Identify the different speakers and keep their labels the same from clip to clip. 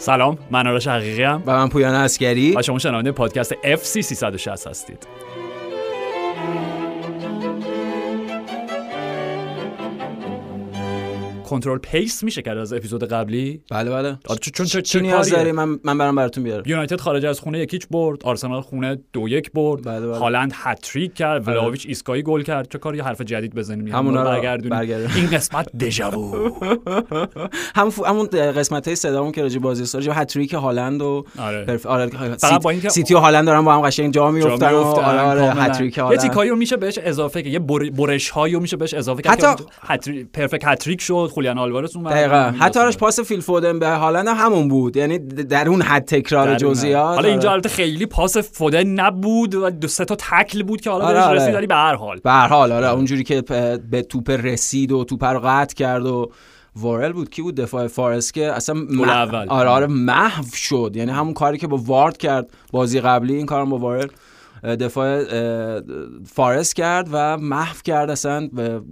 Speaker 1: سلام، من آرش حقیقی ام
Speaker 2: و من پویان عسگری
Speaker 1: و شما شنونده پادکست FC 360 هستید. کنترل پیس میشه کرد از اپیزود قبلی؟
Speaker 2: بله.
Speaker 1: چون
Speaker 2: نیاز داری من برام براتون بیارم.
Speaker 1: یونایتد خارج از خونه 1-0 برد، آرسنال خونه 2-1 برد،
Speaker 2: بله.
Speaker 1: هالند هتریک کرد، ولاویچ ایسکایی گل کرد. چه کاری حرف جدید بزنیم
Speaker 2: همونا
Speaker 1: برگردونیم. این قسمت دژاوو.
Speaker 2: همون قسمتای صدامون که راجع بازی راجع هتریک هالند و سیتی و هالند دارن با هم قشنگ جا میافتن. آره هتریک هالند.
Speaker 1: یه تیکایو میشه بهش اضافه که یه برش‌هایو میشه بهش اضافه کرد. حتی پرفکت هتریک شد. خولیان آلوارز اومد.
Speaker 2: دقیقاً. حتی آرش پاس فیل فودن به هالند همون بود. یعنی در اون حد تکرار جزئیات.
Speaker 1: حالا اینجا البته خیلی پاس فودن نبود و دو سه تا تکل بود که حالا بهش رسید، ولی به هر حال
Speaker 2: اونجوری که به توپ رسید و توپ رو قطع کرد و وارل بود کی بود دفاع فارست که اصلا آره محو شد. یعنی همون کاری که با وارد کرد بازی قبلی، این کارم با وارل دفاع فارست کرد و محو کرد. اصلا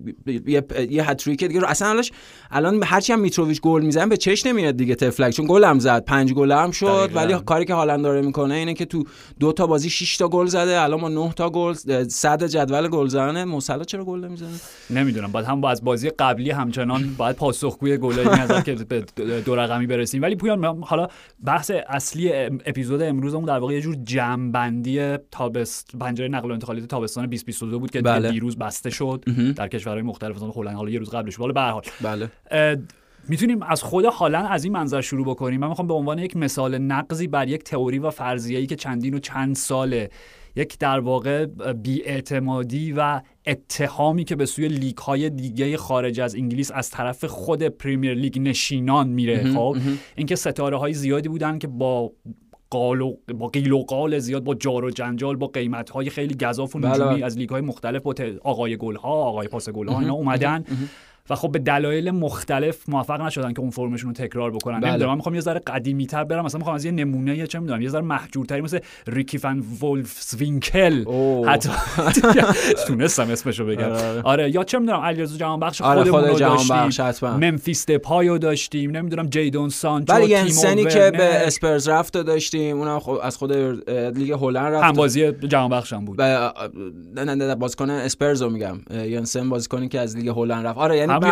Speaker 2: یه هتریک دیگه رو اصلا الان هرچی هم میتروویچ گل میزنه به چش نمیاد دیگه تفلک، چون گل هم زد 5 گل هم شد. ولی کاری که هالند داره میکنه اینه که تو 2 تا بازی 6 تا گل زده، الان ما 9 تا گل، صدر جدول گل زدن. موسلا چرا گل نمیزنه نمیدونم.
Speaker 1: بعد هم از بازی قبلی همچنان باید پاسخگوی گلای نظر که به 2 رقمی برسیم. ولی پویان حالا بحث اصلی اپیزود امروزمون در واقع یه جور جمع‌بندی پنجره نقل و انتقالات تابستان 2022 بود که دیروز بسته شد در کشورهای مختلف، مثلا هلند حالا یه روز قبلش. ولی به هر حال میتونیم از خود هالند از این منظر شروع بکنیم. من میخوام به عنوان یک مثال نقضی بر یک تئوری و فرضیه‌ای که چندین و چند ساله یک در واقع بی‌اعتمادی و اتهامی که به سوی لیگ‌های دیگه خارج از انگلیس از طرف خود پریمیر لیگ نشینان میره. خب اینکه ستاره‌های زیادی بودن که با قیل و قال زیاد، با جار و جنجال، با قیمت‌های خیلی گزاف و نجومی از لیگ‌های مختلف، با آقای گل‌ها، آقای پاس گل‌ها اینا اومدن و خب به دلایل مختلف موفق نشدن که اون فرمشون رو تکرار بکنن. نمیدونم، من میخوام یه ذره قدیمی‌تر برم، مثلا میخوام از یه نمونه چه میدونم یه ذره محجورتری مثل ریکی فن ولفسوینکل حتی تونستم اسمشو بگم. آره یا چه میدونم علیرضا جهانبخش خودمون رو داشتیم، ممفیس دپایو داشتیم، نمیدونم جیدون سانچو،
Speaker 2: ولی ینسنی که به اسپرز رفت داشتیم، اونم از خود لیگ هلند رفت،
Speaker 1: هم بازی جهانبخش هم بود.
Speaker 2: نه بازیکن اسپرز رو میگم، ینسن بازیکنی که از لیگ هلند رفت. آره یعنی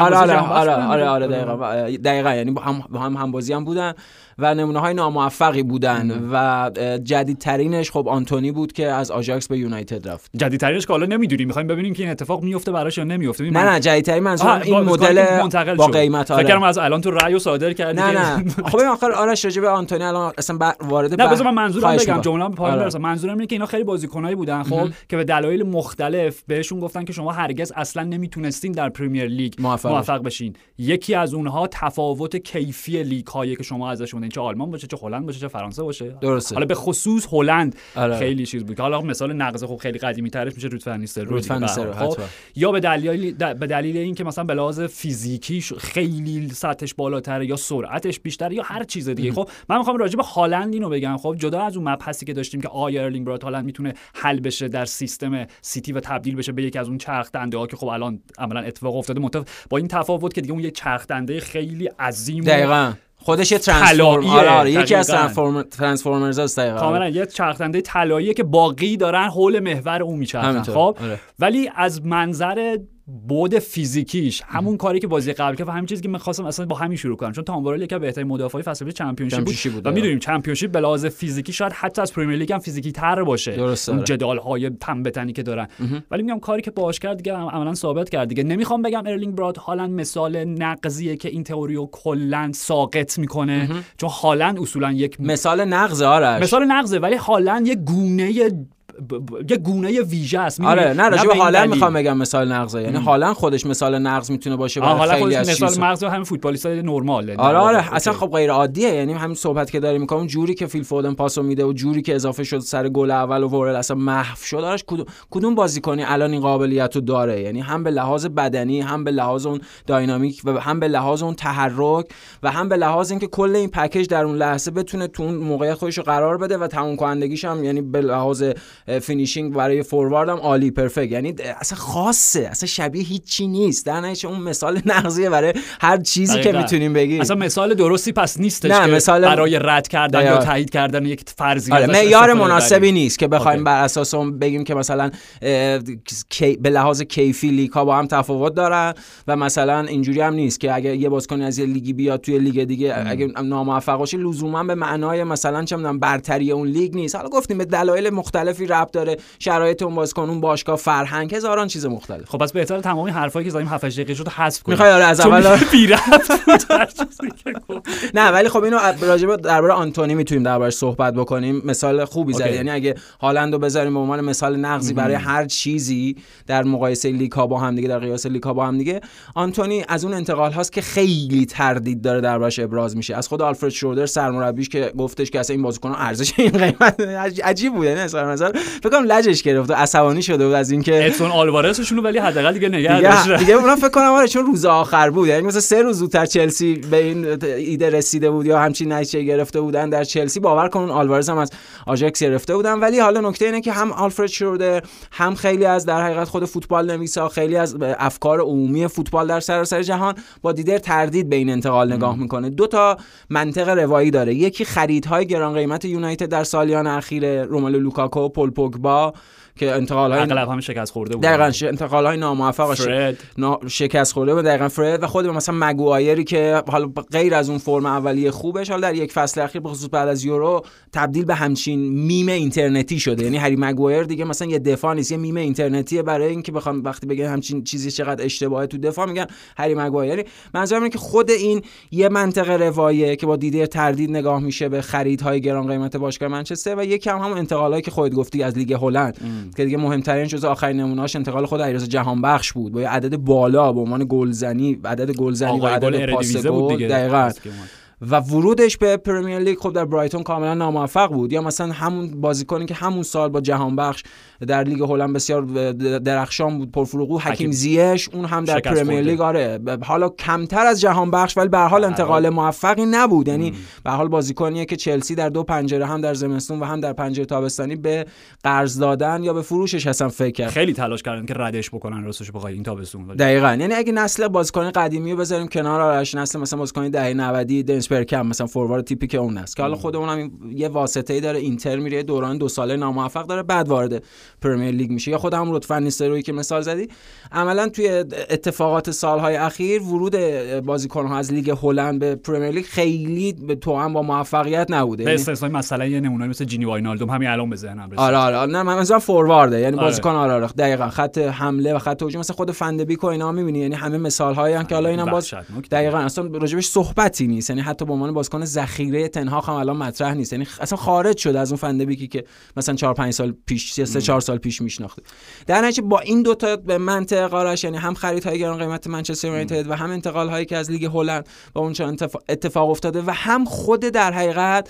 Speaker 2: آره دقیقاً یعنی هم بازی هم بودن و نمونه‌های ناموفقی بودن و جدیدترینش خب آنتونی بود که از آژاکس به یونایتد رفت.
Speaker 1: جدیدترینش که حالا نمیدونیم، می‌خوایم ببینیم که این اتفاق میفته براش یا نمیفته.
Speaker 2: نه جدیدترین منظورم این مدل با قیمت.
Speaker 1: فکر کنم از الان تو رأیو صادر کردی.
Speaker 2: نه خب این آخر آرش راجع به آنتونی الان اصلا وارد
Speaker 1: نه بذار من منظورم بگم، جمله‌ام به پایان برسه. منظورم اینه که اینا خیلی بازیکنایی بودن خب که به دلایل مختلف بهشون گفتن که شما هرگز اصلا نمیتونستین در پریمیر لیگ موفق بشین. یکی از اونها تفاوت کیفی لیگ‌هایی که شما ازشون، چه آلمان باشه، چه هلند باشه، چه فرانسه باشه.
Speaker 2: درسته.
Speaker 1: حالا به خصوص هلند خیلی چیز بود که حالا مثال نقض خب خیلی قدیمی ترش میشه رود فنیستر
Speaker 2: خب
Speaker 1: یا به دلیل اینکه مثلا به لحاظ فیزیکی خیلی سطحش بالاتره یا سرعتش بیشتره یا هر چیز دیگه. خب من میخوام راجع به هالند اینو بگم، خب جدا از اون مبحثی که داشتیم که آیا ارلینگ برات هالند میتونه حل بشه در سیستم سیتی و تبدیل بشه به یکی از اون چرخ دنده ها که خب الان عملاً اتفاق افتاده، با این تفاوت که دیگه اون یک چرخ دنده خیلی عظیم
Speaker 2: دقیقاً خودش ترانسفورمر، یکی از ترانسفورمرز است دقیقاً.
Speaker 1: کاملا یه چرخنده طلاییه که باقی دارن حول محور اون میچرخن. خب ولی از منظر بعد فیزیکیش همون کاری که بازی قبل که و همین چیزی که من خواستم اصلا با همین شروع کنم، چون تام وارل یکی از بهترین مدافعای فصل چمپیونشیپ بود و میدونیم چمپیونشیپ به لحاظ فیزیکی شاید حتی از پرمیر لیگ هم فیزیکی تر باشه، اون جدال‌های تن به تنی که دارن. ولی میگم کاری که باهاش کرد دیگه عملاً ثابت کرد دیگه. نمیخوام بگم ارلینگ برات هالند مثال نقضیه که این تئوریو کلاً ساقط میکنه، چون هالند اصولاً یک
Speaker 2: مثال نقضه،
Speaker 1: ولی هالند یه گونه ویژه است.
Speaker 2: آره نه راجع به هالند میخوام بگم مثال نقضه، یعنی هالند خودش مثال نقض میتونه باشه برای خیلی از
Speaker 1: مثال نقض همین فوتبالیستای نرماله.
Speaker 2: آره اصلا خب غیر عادیه. یعنی همین صحبت که داریم میکنم، جوری که فیل فودن پاسو میده و جوری که اضافه شد سر گل اول و وارل اصلا محو شد. آرش کدوم بازیکنی الان این قابلیتو داره؟ یعنی هم به لحاظ بدنی، هم به لحاظ اون داینامیک و هم به لحاظ اون تحرک و هم به لحاظ اینکه کل این پکیج در اون لحظه بتونه تو اون موقعیت خودش رو قرار بده و تموم کنندگیش هم یعنی به لحاظ فینیشینگ برای فوروارد هم عالی، پرفکت. یعنی اصلا خاصه، اصلا شبیه هیچی نیست. در نتیجه اون مثال نقضیه برای هر چیزی که میتونیم بگیم.
Speaker 1: اصلا مثال درستی پس نیستش که مثال برای رد کردن یا تایید کردن یک فرضیه
Speaker 2: معیار مناسبی نیست که بخوایم بر اساس اون بگیم که مثلا به لحاظ کیفی لیگ ها با هم تفاوت دارن و مثلا اینجوری هم نیست که اگه یه بازیکن از یه لیگی بیاد توی لیگ دیگه اگه ناموفق باشه لزوما به معنای مثلا چه میدونم برتری اون لیگ نیست. حالا گفتیم به دلایل مختلفی ربط داره، شرایط اون بازیکن، اون باشگاه، فرهنگ، هزاران چیز مختلف.
Speaker 1: خب پس بهتره تمامی حرفایی که زدیم 7 8 دقیقه شد حذف کنیم.
Speaker 2: میخوای از اول
Speaker 1: بی ربط
Speaker 2: نه ولی خب اینو راجع به درباره آنتونی میتونیم دربارش صحبت بکنیم. مثال خوبی زد. یعنی اگه هالندو بذاریم به عنوان مثال نقضی برای هر چیزی در مقایسه لیگ ها با هم دیگه، در قیاس لیگ ها با هم دیگه، آنتونی از اون انتقال هاست که خیلی تردید داره دربارش ابراز میشه. از خود آلفرد شرودر سرمربیش که گفتش که اصلا این بازیکن ارزش این قیمت عجیب بود. یعنی مثلا فکر کنم لجش گرفت و عصبانی شده بود از اینکه
Speaker 1: ادسون آلوارزشون ولی حداقل دیگه نگه داشت.
Speaker 2: دیگه اونم فکر کنم آره چون روز آخر بود، یعنی مثلا 3 روز زودتر چلسی به این ایده رسیده بود یا همچین نتیجه گرفته بودن در چلسی. باور کن آلوارز هم از آژاکس گرفته بودن. ولی حالا نکته اینه که هم آلفرد شرودر هم خیلی از در حقیقت خود فوتبال نویسا، خیلی از افکار عمومی فوتبال در سراسر جهان با دیدر تردید به این انتقال نگاه میکنه. 2 تا منطق روایی داره. یکی خریدهای گران قیمت یونایتد در سالیان اخیر، روملو لوکاکو، پول پوگبا که انتقال‌های
Speaker 1: اغلب هم شکست خورده بود.
Speaker 2: دقیقاً انتقال‌های ناموفق شکست خورده بود. دقیقاً فرد و خود مثلا مگوایری که حالا غیر از اون فرم اولیه خوبش، حالا در یک فصل اخیر به خصوص بعد از یورو تبدیل به همچین میم اینترنتی شده. یعنی هری مگوایر دیگه مثلا یه دفاع نیست، یه میم اینترنتیه. برای اینکه بخوام وقتی بگن همچین چیزی چقدر اشتباهه تو دفاع میگن هری مگوایر. منظورم اینه که خود این یه منطقه رواییه که با دیده تردید نگاه میشه به خریدهای گران قیمت باشگاه منچستر و یکم هم انتقالایی که خودت گفتی از لیگ هلند که دیگه مهمترین جزء آخرین نمونه‌اش انتقال خود علیرضا جهانبخش بود با یه عدد بالا به عنوان گلزنی، عدد گلزنی و عدد پاس گل. دقیقاً. و ورودش به پرمیر لیگ خب در برایتون کاملا ناموفق بود. یا مثلا همون بازیکنی که همون سال با جهانبخش در لیگ هلند بسیار درخشان بود، پرفروغو، حکیم زیش، اون هم در پرمیر لیگ آره حالا کمتر از جهانبخش ولی به هر حال انتقال موفقی نبود. یعنی به هر حال بازیکنیه که چلسی در 2 پنجره، هم در زمستون و هم در پنجره تابستانی، به قرض دادن یا به فروشش اصلا فکر کرد.
Speaker 1: خیلی تلاش کردن که ردش بکنن راستش بخوای این تابستون.
Speaker 2: دقیقاً. یعنی اگه نسل بازیکن قدیمی رو بذاریم کنار، آرش نسل مثلا بازیکن دهه 90 دنیس برکم مثلا فوروارد تیپی که اون است که حالا خودمون هم یه واسطه‌ای داره، اینتر میره دوران 2 ساله ناموفق داره بعد وارد پرمیر لیگ میشه، یا خودم لطفا نیسترویی که مثال زدی. عملا توی اتفاقات سالهای اخیر ورود بازیکن‌ها از لیگ هلند به پرمیر لیگ خیلی به توأم با موفقیت نبوده.
Speaker 1: به استثنای مثلا یه نمونه مثل جینی واینالدوم همین الان به ذهنم رسید.
Speaker 2: آره نه من مثلا فوروارده، یعنی بازیکن آره دقیقاً خط حمله و خط هجوم، مثلا خود فندبیک و اینا می‌بینی، یعنی همه مثال‌هایی ان که حالا اینم باز دقیقاً اصلا راجبش صحبتی نیست. یعنی حتی به عنوان بازیکن ذخیره تنهاخ هم الان مطرح نیست. یعنی اصلا خارج شده از اون فندبیکی که مثلا 4 5 سال پیش 3 4 سال پیش میشناخته. در نتیجه با این 2 تا منطق آرش، یعنی هم خریدهای گران قیمت منچستر یونایتد و هم انتقال‌هایی که از لیگ هلند با اونجا اتفاق افتاده و هم خود در حقیقت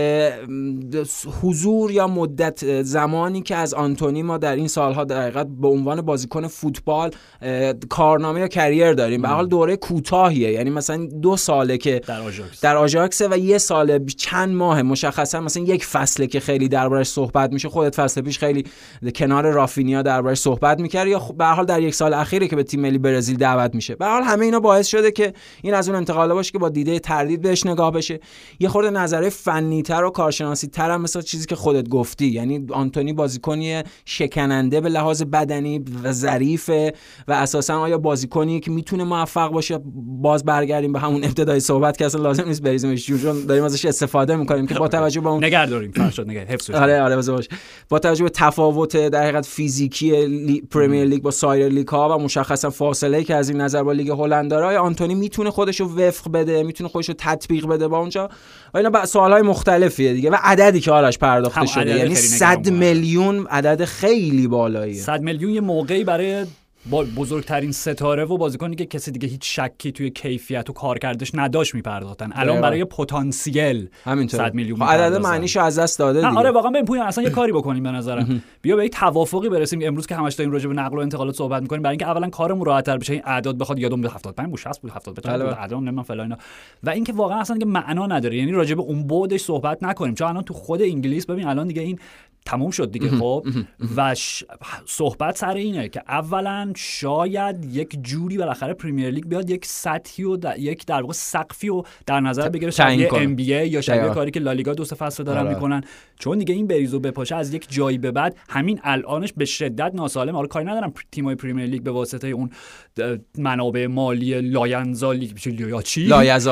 Speaker 2: حضور یا مدت زمانی که از آنتونی ما در این سالها در حقیقت به عنوان بازیکن فوتبال کارنامه یا کریر داریم. به حال دوره کوتاهیه، یعنی مثلا 2 ساله که در آژاکس و 1 سال چند ماه مشخصا مثلا 1 فصله که خیلی دربارش صحبت میشه. خودت فصل پیش خیلی کنار رافینیا دربارش صحبت می‌کردی، یا به هر حال در 1 سال اخیره که به تیم ملی برزیل دعوت میشه. به هر حال همه اینا باعث شده که این از اون انتقالا باشه که با دیده تردید بهش نگاه بشه. یه خورده نظریه فنی‌تر و کارشناسی‌تر هم مثلا چیزی که خودت گفتی، یعنی آنتونی بازیکنی شکننده به لحاظ بدنی و ظریفه و اساسا آیا بازیکنیه که میتونه موفق باشه. باز برگردیم به همون ابتدای صحبت که اصلا لازم نیست بریزیمش چون داریم ازش استفاده می‌کنیم که با توجه به اون
Speaker 1: نگهداریم فرشاد نگه حفظش.
Speaker 2: آره باشه. با توجه به تفاوت در حقیقت فیزیکی پرمیر لیگ با سایر لیگ‌ها و مشخصا فاصله‌ای که از این نظر با لیگ هلند داره، آنتونی میتونه خودش رو وفق بده، میتونه خودش رو تطبیق بده با اونجا. و اینا سوال‌های مختلفیه دیگه و عددی که آرش پرداخته شده، یعنی 100 میلیون عدد خیلی بالاییه.
Speaker 1: 100 میلیون یه موقعی برای بزرگترین ستاره و بازیکنی که کسی دیگه هیچ شکی توی کیفیت و کارکردش نداشت میپرداختن. الان برای پتانسیل 100 میلیون
Speaker 2: عدد معنیشو از دست داده دیگه.
Speaker 1: آره واقعا ببین پویان اصلا یه کاری بکنیم به نظرم. بیا به یک توافقی برسیم امروز که همش داریم راجع به نقل و انتقالات صحبت می‌کنیم، برای اینکه اولا کارمون راحت‌تر بشه، این اعداد بخواد یادم به 75 بود 60 بود 74 بود اعداد نمیدونم فلان اینا، و اینکه واقعا اصلا که معنا نداره، یعنی راجع به اون بعدش صحبت نکنیم. چون الان تو خود انگلیس ببین الان دیگه این تموم شد دیگه. خب و صحبت سر اینه که اولا شاید یک جوری بالاخره پرمیر لیگ بیاد یک سطحی و یک در واقع سقفی رو در نظر بگیره، شبیه ام بی ای یا شبیه کاری که لالیگا 2 فصل دارن میکنن، چون دیگه این بریزو بپاشه از یک جایی به بعد همین الانش به شدت ناسالم. حالا کاری ندارم تیم‌های پرمیر لیگ به واسطه اون منابع مالی لایزالی یا چی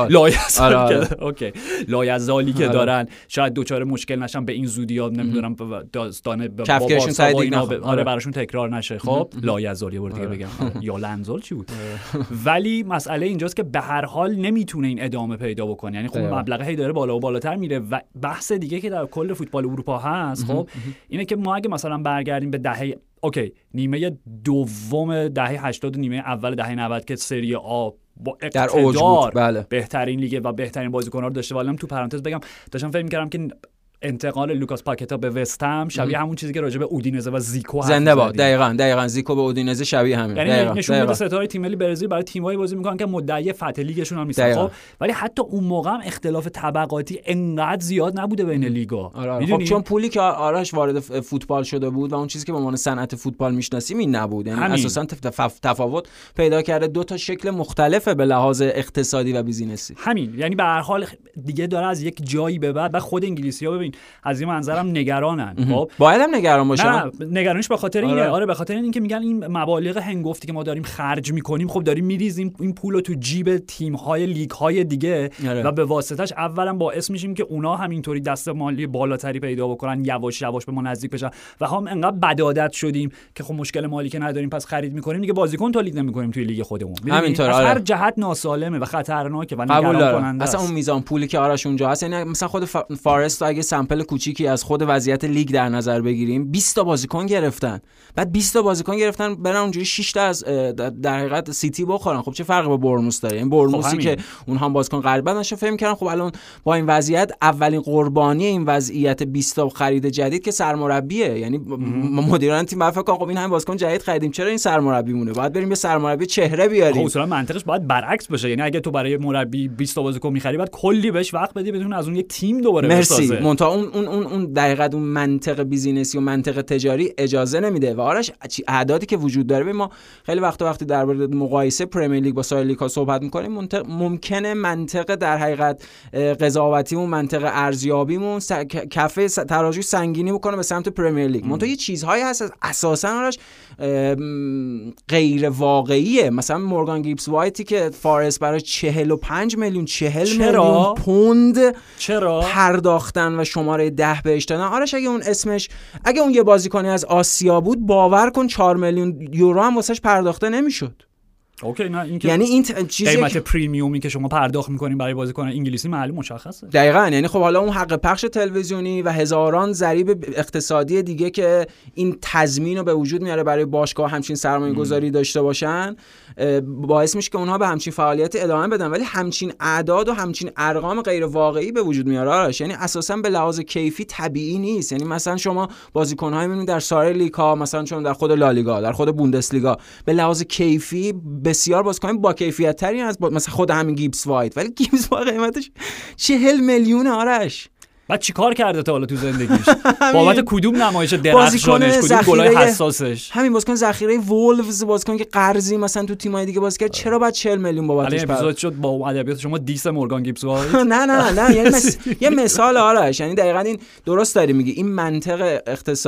Speaker 1: لایزالی که دارن شاید دوچاره مشکل نشن به این زودی‌ها، نمیدونم داستان
Speaker 2: کفکشون سعید
Speaker 1: آره براشون تکرار نشه. خب لایزال یه بار دیگه بگم یا لنزال چی بود. ولی مسئله اینجاست که به هر حال نمیتونه این ادامه پیدا بکنه، یعنی خب مبلغ هی داره بالا و بالاتر میره. و بحث دیگه که در کل فوتبال اروپا هست خب اینه که ما اگه مثلا برگردیم به دهه نیمه دوم دهه 80 و نیمه اول دهه 90 که سری آ با اقتدار بهترین لیگ و بهترین بازیکن‌ها رو داشته، ولی تو پرانتز بگم داشتم فکر می‌کردم که انتقال لوکاس پاکتا به وستهم شبیه همون چیزی که راجع به اودینزه و زیکو
Speaker 2: زنده باد. دقیقاً زیکو به اودینزه شبیه همین.
Speaker 1: یعنی نشون میده ستاره تیم ملی برزیل برای تیم‌های بازی می‌کنن که مدعی فتح لیگشون هم نیستن. خب ولی حتی اون موقع هم اختلاف طبقاتی انقدر زیاد نبوده بین لیگا.
Speaker 2: خب چون پولی که آرش وارد فوتبال شده بود و اون چیزی که به عنوان صنعت فوتبال میشناسیم این نبود، یعنی اساساً تفاوت پیدا کرده، دو تا شکل مختلفه به لحاظ اقتصادی و بیزینسی.
Speaker 1: همین، یعنی به هر حال دیگه داره از یک جایی به بعد خود انگلیسی‌ها ببین از این منظرم نگرانن. خب
Speaker 2: باید هم نگران باشن.
Speaker 1: نه نگرانیش به خاطر اینه. آره به خاطر اینکه میگن این مبالغ هنگفتی که ما داریم خرج میکنیم خب داریم میریزیم این پولو تو جیب تیم‌های لیگ‌های دیگه و به واسطش اولا باعث میشیم که اونا همینطوری دست مالی بالاتری پیدا بکنن، یواش یواش به ما نزدیک بشن و هم انقدر بدعادت شدیم که خب مشکل مالی که نداریم پس خرید میکنیم دیگه، بازیکن تولید نمیکنیم توی لیگ خودمون.
Speaker 2: همینطور
Speaker 1: از هر جهت ناسالمه و خطرناکه و نگران کننده.
Speaker 2: اصلا اون میزان پولی که آرش اونجا هست، یعنی مثلا خود فارست اگه سامپل کوچیکی از خود وضعیت لیگ در نظر بگیریم 20 تا بازیکن گرفتن، بعد 20 تا بازیکن گرفتن برن اونجوری 6 تا از در حقیقت سیتی بخورن. خب چه فرقی با برموس داره؟ این برموسی که اونها هم بازیکن غریبه داشتن فهم کردن خب الان با این وضعیت اولین قربانی این وضعیت 20 تا خرید جدید که سرمربیه، یعنی مدیران تیم فکر کنن خب این همین بازیکن جدید خریدیم چرا این سرمربی مونه، باید بریم یه سرمربی چهره بیاریم.
Speaker 1: اصلا منطقش باید برعکس باشه، یعنی اگه تو برای مربی 20 تا بازیکن می‌خری بعد کلی بهش وقت بدی بدون از اون یک تیم دوباره بسازه.
Speaker 2: مونتا اون دقیقاً اون منطق بیزینسی و منطق تجاری اجازه نمیده. و آرش اعدادی که وجود داره، ما خیلی وقتی درباره مقایسه پرمیر لیگ با سایر لیگ‌ها صحبت می‌کنیم ممکنه منطق در حقیقت قضاوتیمون، منطق ارزیابیمون کفه ترازوی سنگینی بکنه به سمت پرمیر لیگ. منتها یه چیزهایی هست اساساً آرش غیر واقعیه. مثلا مورگان گیبس وایتی که فارست برای 45 میلیون پوند
Speaker 1: چرا
Speaker 2: پرداختن و شماره 10 بهش دادن. آرش اگه اون یه بازیکنی از آسیا بود باور کن 4 میلیون یورو هم واسش پرداخته نمیشد.
Speaker 1: اوکی نه این
Speaker 2: یعنی این چیزی
Speaker 1: قیمت پریمیومی که شما پرداخت می‌کنین برای بازیکن انگلیسی معلوم مشخصه.
Speaker 2: دقیقاً، یعنی خب حالا اون حق پخش تلویزیونی و هزاران ضریب اقتصادی دیگه که این تضمین رو به وجود میاره برای باشگاه همچین سرمایه‌گذاری داشته باشن باعث میشه که اونها به همچین فعالیت ادامه بدن، ولی همچین اعداد و همچین ارقام غیر واقعی به وجود میاره آرش. یعنی اساساً به لحاظ کیفی طبیعی نیست. یعنی مثلا شما بازیکن‌های می‌بینید در سایر لیگ‌ها، مثلا چون در خود لالیگا، در خود بوندسلیگا به لحاظ کیفی بسیار بازیکن با کیفیت تری از مثلا خود همین گیبس وایت، ولی گیبس وایت قیمتش 40 میلیون آرش.
Speaker 1: بعد چیکار کرده تا حالا تو زندگیش؟ بابت کدوم نمایش درخشانش، کدوم گلای حساسش؟
Speaker 2: همین بازیکن ذخیره وولفز، بازیکن که قرضی مثلا تو تیم‌های دیگه بازی کرد، چرا بعد 40 میلیون بابتش
Speaker 1: پرداخت؟ اپیزود شد با ادبیات شما دیس مورگان گیبس وایت.
Speaker 2: نه یعنی یه مثال آرش، یعنی دقیقاً این درست داری میگی، این منطق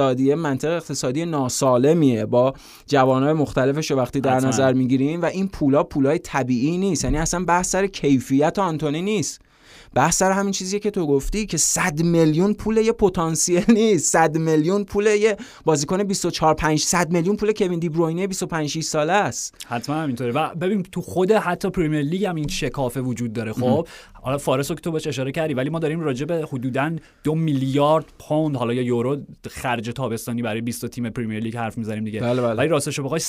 Speaker 2: اقتصادی ناسالمیه با جوانای مختلفش وقتی در نظر میگیریم و این پولای طبیعی نیست. یعنی اصلا بحث سر کیفیت آنتونی نیست، بحث سر همین چیزیه که تو گفتی که 100 میلیون پول یه پتانسیل نیست، 100 میلیون پول یه بازیکن 24-500 میلیون پول کوین دی بروینه 25-6 ساله است.
Speaker 1: حتما همینطوره. و ببین تو خود حتی پرمیر لیگ هم این شکافه وجود داره. خب حالا فارس رو که تو بهش اشاره کردی، ولی ما داریم راجع به حدوداً 2 میلیارد پوند حالا یا یورو خرج تابستانی برای 20 تیم پرمیر لیگ حرف می‌زنیم دیگه.
Speaker 2: بله.
Speaker 1: ولی راستش بخوای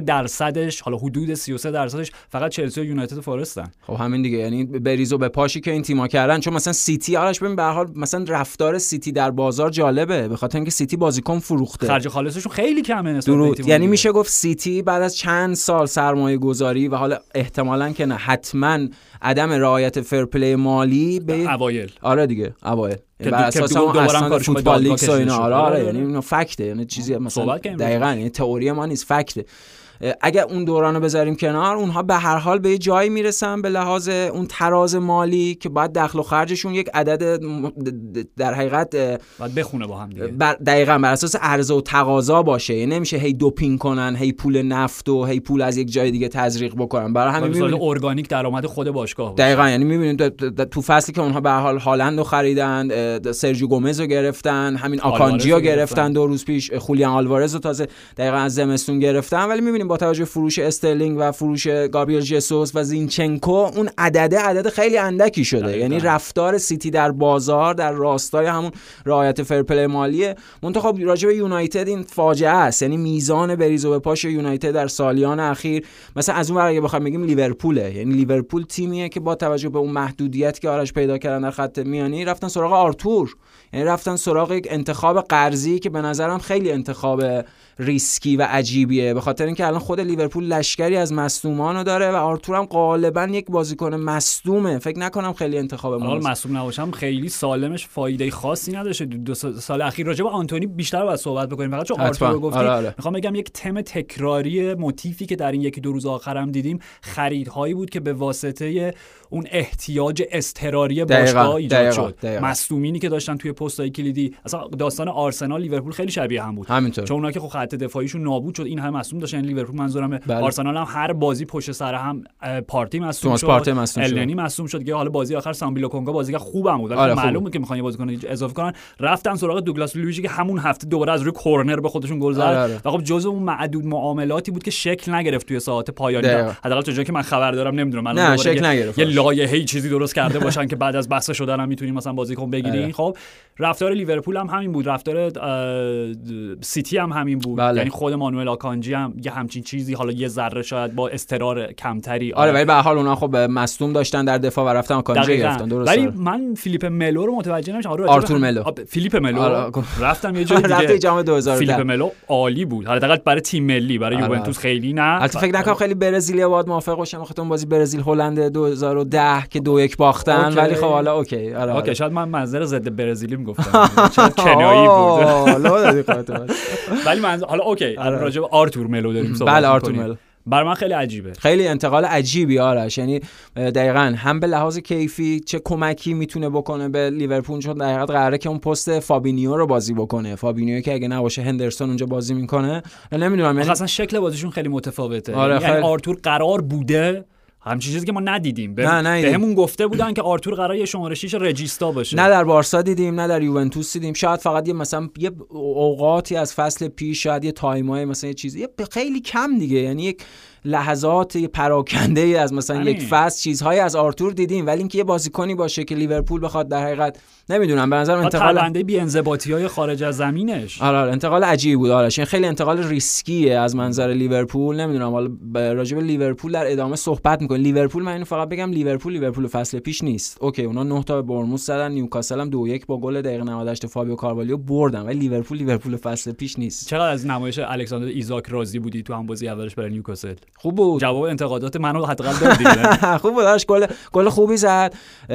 Speaker 1: 33% حالا حدود 33% فقط چلسی و یونایتد و فارستن.
Speaker 2: خب همین دیگه، یعنی بریزو به پاشی که این تیم‌ها کردن. چون مثلا سیتی آرش ببین به هر حال مثلا رفتار سیتی در بازار جالبه، به خاطر اینکه سیتی بازیکن فروخته،
Speaker 1: خرج خالصشون خیلی کمه نسبت به
Speaker 2: یعنی میشه گفت سیتی بعد از چند سال سرمایه گذاری و حالا احتمالاً که نه حتما عدم رعایت فرپلی پلی مالی به
Speaker 1: اوایل.
Speaker 2: آره دیگه اوایل بر اساس اون اصلا فوتبال لیگز و اینا. آره یعنی اینو فکته، یعنی چیزی مثلا دقیقاً یعنی تئوری ما نیست، فکته. اگر اون دورانو بذاریم کنار، اونها به هر حال به جایی میرسن به لحاظ اون تراز مالی که باید دخل و خرجشون یک عدد در حقیقت
Speaker 1: باید بخونه با هم دیگه.
Speaker 2: دقیقاً بر اساس عرضه و تقاضا باشه. یعنی نمیشه هی دوپینگ کنن، هی پول نفت و هی پول از یک جای دیگه تزریق بکنن. برای همین میبینید
Speaker 1: ارگانیک درآمد خود باشگاه.
Speaker 2: دقیقاً یعنی میبینید تو فصلی که اونها به هر حال هالندو خریدن، سرجیو گومز رو گرفتن، همین آکانجی رو گرفتن 2 روز پیش، خولیان آلوارز رو تازه دقیقاً از زمستون گرفتن. ولی میبینیم با توجه فروش استرلینگ و فروش گابریل ژسوس و زینچنکو اون عدد خیلی اندکی شده. یعنی رفتار سیتی در بازار در راستای همون رعایت فرپلی مالیه. منتها خب راجع به یونایتد این فاجعه است. یعنی میزان بریز و بپاش یونایتد در سالیان اخیر، مثلا از اون ور اگه بخوام بگیم لیورپوله. یعنی لیورپول تیمیه که با توجه به اون محدودیت که آرش پیدا کردن در خط میانی رفتن سراغ آرتور، یعنی رفتن سراغ یک انتخاب قرضی که به نظرم خیلی انتخاب ریسکی و عجیبیه، به خاطر اینکه الان خود لیورپول لشکری از مصدومانو داره و آرتور هم غالبا یک بازیکن مصدومه. فکر نکنم خیلی انتخاب
Speaker 1: حالا مصدوم نباشم خیلی سالمش فایده خاصی نداشته 2 سال اخیر. راجع به آنتونی بیشتر باید صحبت بکنیم، فقط چون آرتور رو گفتیم میخوام بگم یک تم تکراری موتیفی که در این 1-2 روز آخرام دیدیم خریدهایی بود که به واسطه اون احتیاج اضطراری باشگاه ایجاد شد. مصدومینی که داشتن توی پست‌های کلیدی، اصلا داستان آرسنال لیورپول خیلی شبیه هم بود.
Speaker 2: همینطور.
Speaker 1: چون اونا که خب خط دفاعیشون نابود شد، این همه مصدوم داشتن. لیورپول منظورم آرسنال هم هر بازی پشت سر هم پارتی مصدوم شد، النی مصدوم شد که حالا بازی آخر سامبیلو کنگا بازیکن خوبم بود، ولی معلوم بود که می‌خوان یه بازیکن اضافه کنن. رفتن سراغ دوگلاس لویجی که همون هفته دوباره از روی کورنر به خودشون گل زد و خب جزء اون معدود معاملاتی بود که شکل نگرفت توی ساعات پایانی. حداقل تا جایی که من خبر دارم، نمیدونم الان یه لایحه‌ای چیزی درست کرده باشن که بعد از بسته شدن هم میتونیم مثلا بازیکن بگیرین. خب رفتار لیورپول هم همین بود، رفتار سیتی هم همین بود. یعنی خود مانوئل آکانجی هم یه همچین چیزی، حالا یه ذره شاید با استقرار کمتری.
Speaker 2: ولی به هر حال اونها خب مصدوم داشتن در دفاع و رفتن آکانجی گرفتن. درسته.
Speaker 1: ولی من فیلیپ ملو رو متوجه نمیشم.
Speaker 2: آرتور ملو،
Speaker 1: فیلیپ ملو رفتم یه جای دیگه.
Speaker 2: رفته جام 2010.
Speaker 1: فیلیپ ملو عالی بود، حداقل برای تیم ملی، برای یوونتوس خیلی نه.
Speaker 2: البته فکر نکنم خیلی برزیلیا باید موافق باشم، بخاطر اون بازی برزیل هلند 2010 که 2-1 باختن. ولی خب حالا اوکی.
Speaker 1: اوکی شاید من منظر ضد برزیلیم گفتم، شاید کنایی بود. ولی من حالا اوکی راجع به آرتور ملو داریم صحبت می‌کنیم.
Speaker 2: بله آرتور ملو
Speaker 1: برای من خیلی عجیبه،
Speaker 2: خیلی انتقال عجیبی آرش. یعنی دقیقاً هم به لحاظ کیفی چه کمکی میتونه بکنه به لیورپول، چون دقیقاً قراره که اون پست فابینیو رو بازی بکنه. فابینیو که اگه نباشه هندرسون اونجا بازی میکنه. نمیدونم، یعنی
Speaker 1: اصلا شکل بازیشون خیلی متفاوته. یعنی آرتور قرار بوده همچین چیزی که ما ندیدیم. بهمون گفته بودن که آرتور قراره یه شماره 6 رجیستا باشه.
Speaker 2: نه در بارسا دیدیم، نه در یوونتوس دیدیم. شاید فقط مثلا یه اوقاتی از فصل پیش، شاید یه تایمای مثلا یه چیزی خیلی کم دیگه، یعنی یک لحظات پراکنده ای از مثلا یک فصل چیزهای از آرتور دیدیم. ولی اینکه یه بازیکنی باشه که لیورپول بخواد در حقیقت نمیدونم، به نظرم انتقال
Speaker 1: پرونده بی‌انضباطی‌های خارج از زمینش
Speaker 2: انتقال عجیبی بود. این خیلی انتقال ریسکیه از منظر لیورپول. نمیدونم، حالا راجع به لیورپول در ادامه صحبت می‌کنیم. لیورپول من اینو فقط بگم، لیورپول فصل پیش نیست. اوکی اونا 9 تا به برموس زدن، نیوکاسل هم 2-1 با گل دقیقه 98 فابیو کاروالیو بردن، ولی لیورپول فصل پیش نیست.
Speaker 1: چقدر از نمایش الکساندر ایزاک راضی بودی تو هم بازی اولش برای نیوکاسل؟
Speaker 2: خوب بود.
Speaker 1: جواب انتقادات منو حداقل دادی.
Speaker 2: خوب بود. گل خوبی زد.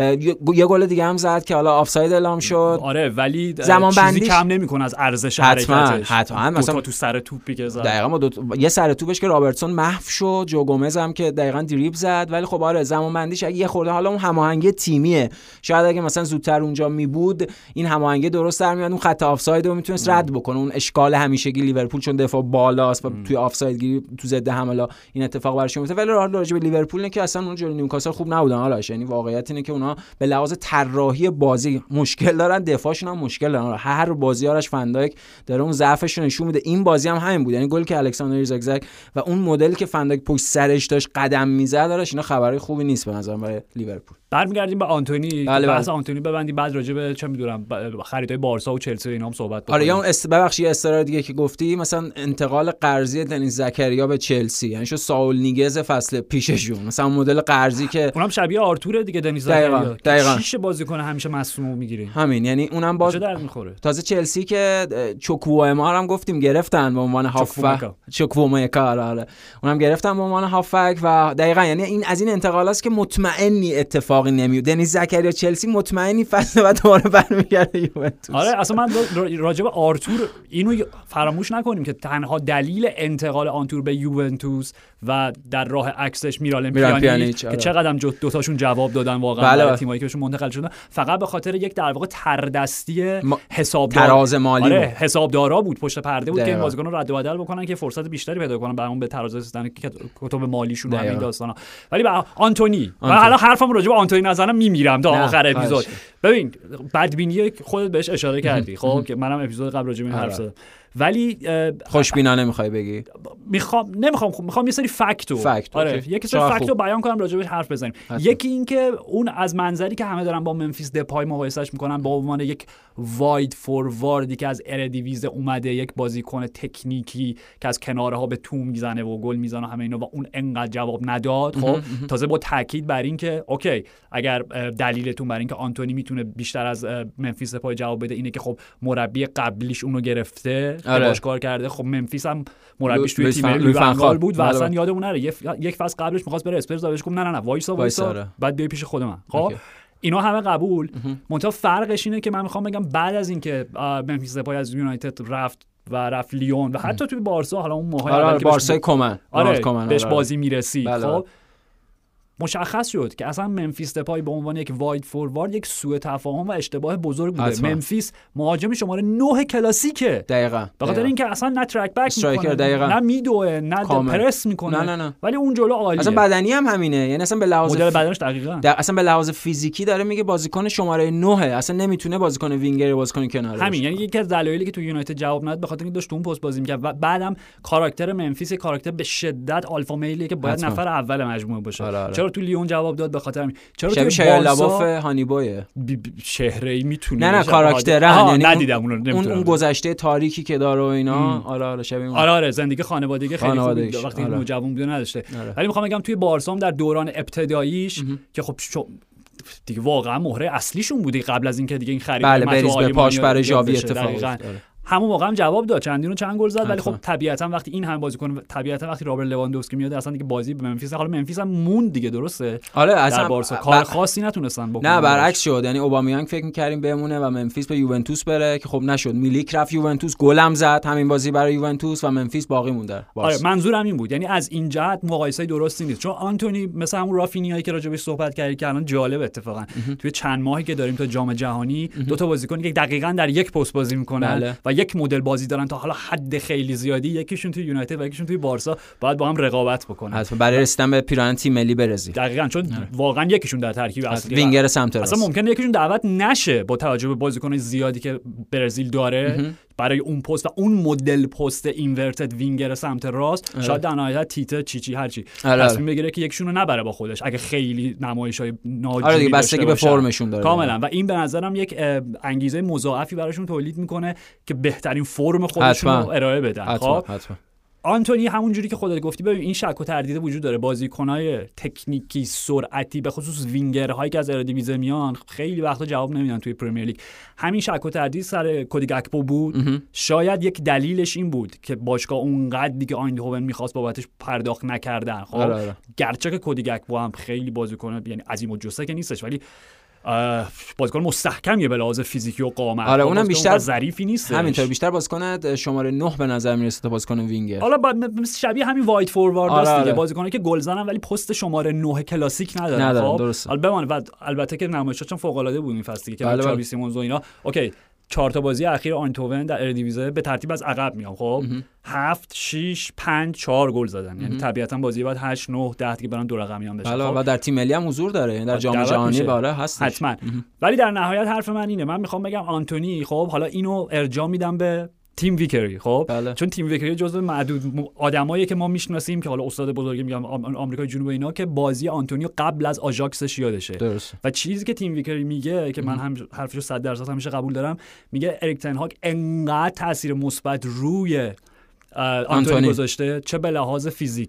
Speaker 2: یه گل دیگه هم زد که حالا آفساید اعلام شد.
Speaker 1: ولی چیزی کم نمیکنه از ارزش حرکتش.
Speaker 2: حتما مثلا
Speaker 1: تو سر توپی که زد.
Speaker 2: دقیقاً یه سر توپش که رابرتسون محو شد، جو گومز هم که دقیقاً دریبل زد. ولی خب زمان بندیش اگه یه خورده، حالا اون هماهنگی تیمیه، شاید اگه مثلا زودتر اونجا می بود این هماهنگی درست در میاد، اون خط آفساید رو میتونست رد بکنه. اون اشکال همیشگی لیورپول چون دفاع بالاست و توی آفساید گیری تو ضد حمله این اتفاق براش میفته. ولی راجع به لیورپول نه که اصلا اون جلوی نیوکاسل خوب نبودن. یعنی واقعیت اینه که اونا به لحاظ طراحی بازی مشکل دارن، دفاعشون هم مشکل دارن. هر بازی آرش فندایک داره اون ضعفش رو نشون میده. این بازی هم همین بود، یعنی گل که الکساندر ایزاک و اون مدلی که فندایک پشت سرش داشت قدم میزد، اینا خبرای خوبی نیست به نظر برای لیورپول.
Speaker 1: برمیگردیم به آنتونی. بحث آنتونی ببندیم، بعد راجع به چه میدونم خریدای بارسا و چلسی و اینا هم صحبت بکنیم.
Speaker 2: یا اون ببخشید استرار دیگه که گفتی، مثلا انتقال قرضی دنیز زکریا به چلسی، یعنی شو ساول نیگز فصل پیششون، مثلا مدل قرضی که
Speaker 1: اونم شبیه آرتور دیگه، دنیز زکریا
Speaker 2: دقیقاً
Speaker 1: شیش بازیکن همیشه مصدوم میگیرین
Speaker 2: همین، یعنی اونم باز
Speaker 1: درد میخوره.
Speaker 2: تازه چلسی که چوکووما هم گفتیم گرفتن به عنوان هافبک، چوکووما اونم گرفتن به عنوان هافبک و دقیقاً یعنی این از این انتقالاست که مطمئنی اتفاق اتفاقی نمیفته. دنیز زکریا چلسی مطمئنی فصل بعد دوباره برمیگرده یوونتوس.
Speaker 1: آره اصلا من راجع به آرتور اینو فراموش نکنیم که تنها دلیل انتقال آرتور به یوونتوس و در راه عکسش میرالم پیانیچ که چقدرم دوتاشون جواب دادن واقعا برای تیمایی که بهشون منتقل شدن، فقط به خاطر یک در واقع تردستی حسابدار
Speaker 2: تراز مالی
Speaker 1: آره حسابدارا بود پشت پرده بود که این بازیکن‌ها رو رد و بدل بکنن که فرصت بیشتری پیدا کنن برام به تراز رسیدن کتب مالیشون و این داستانا. ولی با آنتونی و حالا حرفم راجع به آنتونی نزنم میمیرم تا آخر اپیزود. ببین بدبینی خودت بهش اشاره کردی خب که منم اپیزود قبل راجع به این حرف زدم، ولی
Speaker 2: خوشبینانه میخوای بگی؟
Speaker 1: میخوام یه سری آره یک سری فکتو بیان کنم راجع بهش حرف بزنیم. یکی این که اون از منظری که همه دارن با منفیس دپای مقایسهش میکنن با عنوان یک واید فورواردی که از اردیویزه اومده، یک بازیکن تکنیکی که از کنارها به توپ میزنه و گل میزنه همه اینا و اون انقدر جواب نداد. خب تازه با تاکید بر این که اوکی اگر دلیلتون بر این که آنتونی میتونه بیشتر از منفیس دپای جواب بده اینه که خب مربی قبلیش اونو گرفته باش کار کرده. خب منفیس هم مربیش توی تیم لیورپول بود و اصلا یادمون نره یک فصل قبلش می‌خواست بره اسپرز بهش گفت نه وایسا بعد بیا پیش خود من. خب اینا همه قبول، منتها فرقش اینه که من میخوام بگم بعد از اینکه منفیس دپای از یونایتد رفت لیون و حتی توی بارسا، حالا اون موقع اول که
Speaker 2: بارسای کومن
Speaker 1: بهش بازی میرسید خب مشخص شد که اصلا منفیس دپای به عنوان یک واید فوروارد یک سوء تفاهم و اشتباه بزرگ بوده. منفیس مهاجم شماره 9 کلاسیکه
Speaker 2: دقیقاً
Speaker 1: به خاطر اینکه اصلا نه ترک بک میکنه نه میدوه نه پرس میکنه
Speaker 2: نه.
Speaker 1: ولی اون جلو عالیه.
Speaker 2: اصلا بدنی هم همینه، یعنی اصلا به لحاظ
Speaker 1: مدل بدنش دقیقاً
Speaker 2: اصلا به لحاظ فیزیکی داره میگه بازیکن شماره 9 اصلا نمیتونه بازیکن وینگر بازیکن کناره
Speaker 1: همین. یعنی یکی از دلایلی که تو یونایتد جواب نداد به خاطر اینکه داشت تو اون پست بازی میکرد و بعدم کاراکتر منفیس کاراکتر به شدت آلفا میلیه که باید نفر اول مجموعه باشه. چرا تو لیون جواب داد؟ به خاطر همین. چرا تو
Speaker 2: شایلاواف هانیبویه
Speaker 1: شهره‌ای میتونه
Speaker 2: نه کاراکتره،
Speaker 1: یعنی ندیدم
Speaker 2: اون گذشته تاریکی که داره و اینا آره شبیه
Speaker 1: آره زندگی خانوادگی خیلی خوبی وقتی نوجوان بود نداشته. ولی میخوام بگم توی بارسا هم در دوران ابتداییش که خب دیگه واقعا مهره اصلیشون بوده قبل از اینکه دیگه این خرید
Speaker 2: بریز به پاش برای ژاوی اتفاق افتاد.
Speaker 1: همون موقع هم جواب داد، چند گل زد. ولی خب طبیعتا وقتی این هم بازیکن وقتی رابرت لواندوفسکی میاد اصلا دیگه بازی به منفیس، حالا منفیس هم موند دیگه درسته.
Speaker 2: آره اصلا
Speaker 1: در بارسا کار خاصی نتونستن بکنن.
Speaker 2: نه برعکس شد، یعنی اوبامیانگ فکر می‌کردیم بمونه و منفیس به یوونتوس بره که خب نشد. میلیک رفت یوونتوس، گلم زد همین بازی برای یوونتوس و منفیس باقی مونده.
Speaker 1: آره منظورم این بود، یعنی از این جهت مقایسه درستی نیست، چون آنتونی مثلا همون رافینیایی که راجعش صحبت کردی که الان جالب اتفاقا توی چند ماهی که داریم تا جام جهانی دو تا بازیکنی که دقیقاً در یک پست بازی می‌کنن و یک مدل بازی دارن تا حالا حد خیلی زیادی، یکیشون توی یونایتد و یکیشون توی بارسا، باید با هم رقابت بکنن
Speaker 2: حتما برای رسیدن به پیراهن تیم ملی برزیل.
Speaker 1: دقیقاً چون واقعا یکیشون در ترکیب اصلی
Speaker 2: وینگر سمت راست
Speaker 1: اصلا ممکنه یکیشون دعوت نشه با توجه به بازیکن‌های زیادی که برزیل داره برای اون پست و اون مدل پست اینورتد وینگر سمت راست. شاید در نهایت تیته چیچی هر چی تصمیم بگیره که یکیشون رو نبره با خودش اگه خیلی نمایش‌های ناجوری داشته باشه.
Speaker 2: به فرمشون داره
Speaker 1: کاملا. و این به نظرم یک انگیزه مضاعفی براشون تولید میکنه که بهترین فرم خودشون رو ارائه بدن. خب آنتونی همونجوری که خودت گفتی، ببین این شک و تردید وجود داره. بازیکن‌های تکنیکی سرعتی به خصوص وینگرهایی که از اردیویزه میان خیلی وقتا جواب نمیدن توی پرمیر لیگ. همین شک و تردید سر کودی گاکپو بود. شاید یک دلیلش این بود که باشگاه اونقدر دیگه آیندهوون می‌خواست بابتش پرداخت نکردن. خب گرچه که کودی گاکپو هم خیلی بازیکن یعنی عظیم الجثه که نیستش، ولی بازیکن مستحکمیه به لحاظ فیزیکی و قامت.
Speaker 2: آره اونم بیشتر
Speaker 1: ظریفی نیست،
Speaker 2: همینطور بیشتر بازیکن شماره 9 به نظر میرسه تا بازیکن وینگر.
Speaker 1: حالا شبیه همین واید فوروارد است دیگه. بازیکنایی که گل زنن ولی پست شماره 9 کلاسیک ندارن. خب
Speaker 2: درسته.
Speaker 1: البته که نمایشات فوق العاده بود این فصلی که چاوی سیمونز و اینا. اوکی 4 تا بازی اخیر آینتوون در اردیویزه به ترتیب از عقب میام. خب 7 6 5 4 گل زدن، یعنی طبیعتا بازی بعد 8 9 10 که برن دو رقمی هم بشه.
Speaker 2: و در تیم ملی هم حضور داره، یعنی در جام جهانی باره هست
Speaker 1: حتما. ولی در نهایت حرف من اینه، من میخوام بگم آنتونی خب حالا اینو ارجاع میدم به تیم ویکری. خب چون تیم ویکری جزو معدود آدمایی که ما میشناسیم که حالا استاد بزرگی میگم آمریکای جنوبی اینا که بازی آنتونیو قبل از آژاکسش یادشه. و چیزی که تیم ویکری میگه که من هم حرفشو 100% همیشه قبول دارم، میگه اریک تن هاگ انقدر تاثیر مثبت روی آنتونی گذاشته، چه به لحاظ فیزیکی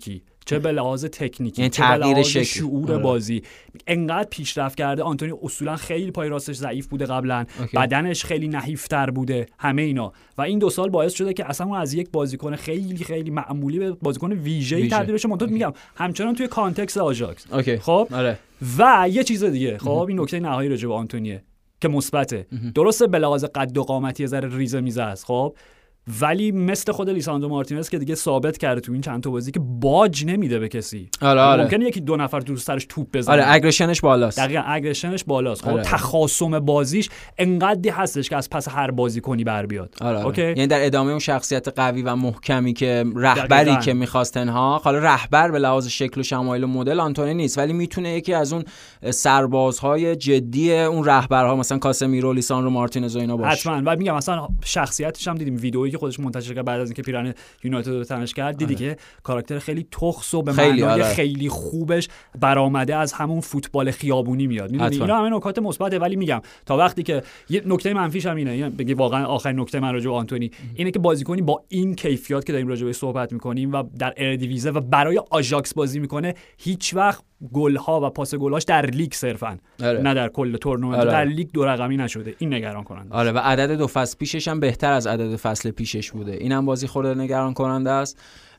Speaker 1: چه به لحاظ تکنیکی،
Speaker 2: یعنی
Speaker 1: چه به لحاظ
Speaker 2: شکل.
Speaker 1: شعور بازی انقدر پیشرفت کرده. آنتونی اصولا خیلی پای راستش ضعیف بوده قبلا، بدنش خیلی نحیفتر بوده، همه اینا، و این 2 سال باعث شده که اصلا از یک بازیکن خیلی خیلی معمولی به بازیکن ویژه‌ای تبدیل بشه. منتها میگم همچنان توی کانتکست آژاکس. خب و یه چیز دیگه، خب این نکته نهایی راجع به آنتونیه که مثبته. درسته به لحاظ قد و قامتی یه ذره ریزه میزه است، خب، ولی مثل خود لیساندرو مارتینز که دیگه ثابت کرده تو این چند تا بازی که باج نمیده به کسی. ممکنه یکی دو نفر تو سرش توپ بزنه.
Speaker 2: اگریشنش بالاست.
Speaker 1: دقیقاً اگریشنش بالاست. خب تخاصم بازیش انقدری هستش که از پس هر بازیکنی بر بیاد. اوکی؟
Speaker 2: یعنی در ادامه اون شخصیت قوی و محکمی که رهبری که می‌خواست تنها، حالا رهبر به لحاظ شکل و شمایل و مدل آنتونی نیست، ولی میتونه یکی از اون سربازهای جدی اون رهبرها مثلا کاسمیرو، لیساندرو مارتینز و اینا باشه.
Speaker 1: حتماً. و میگم مثلا شخصیتش هم دیدیم ویدئویی که خودش منتشر کرد بعد از اینکه پیرن یونایتد رو تنش کرد، دیدی که کاراکتر خیلی تخس و به معنای خیلی خوبش برآمده از همون فوتبال خیابونی میاد. میدونی اینا همه نکات مثبته، ولی میگم تا وقتی که یه نکته منفیش هم اینه، بگی واقعا آخرین نکته من راجع به آنتونی اینه که بازیکنی با این کیفیت که داریم راجع بهش صحبت میکنیم و در اردیویزه و برای آژاکس بازی میکنه، هیچ وقت گل‌ها و پاس گل‌هاش در لیگ صرفاً نه در کل تورنمنت در لیگ 2 رقمی نشده. این نگران کننده.
Speaker 2: و عدد 2 فصل پیشش هم بهتر از عدد فصل پیشش بوده. اینم بازی خورده نگران کننده است.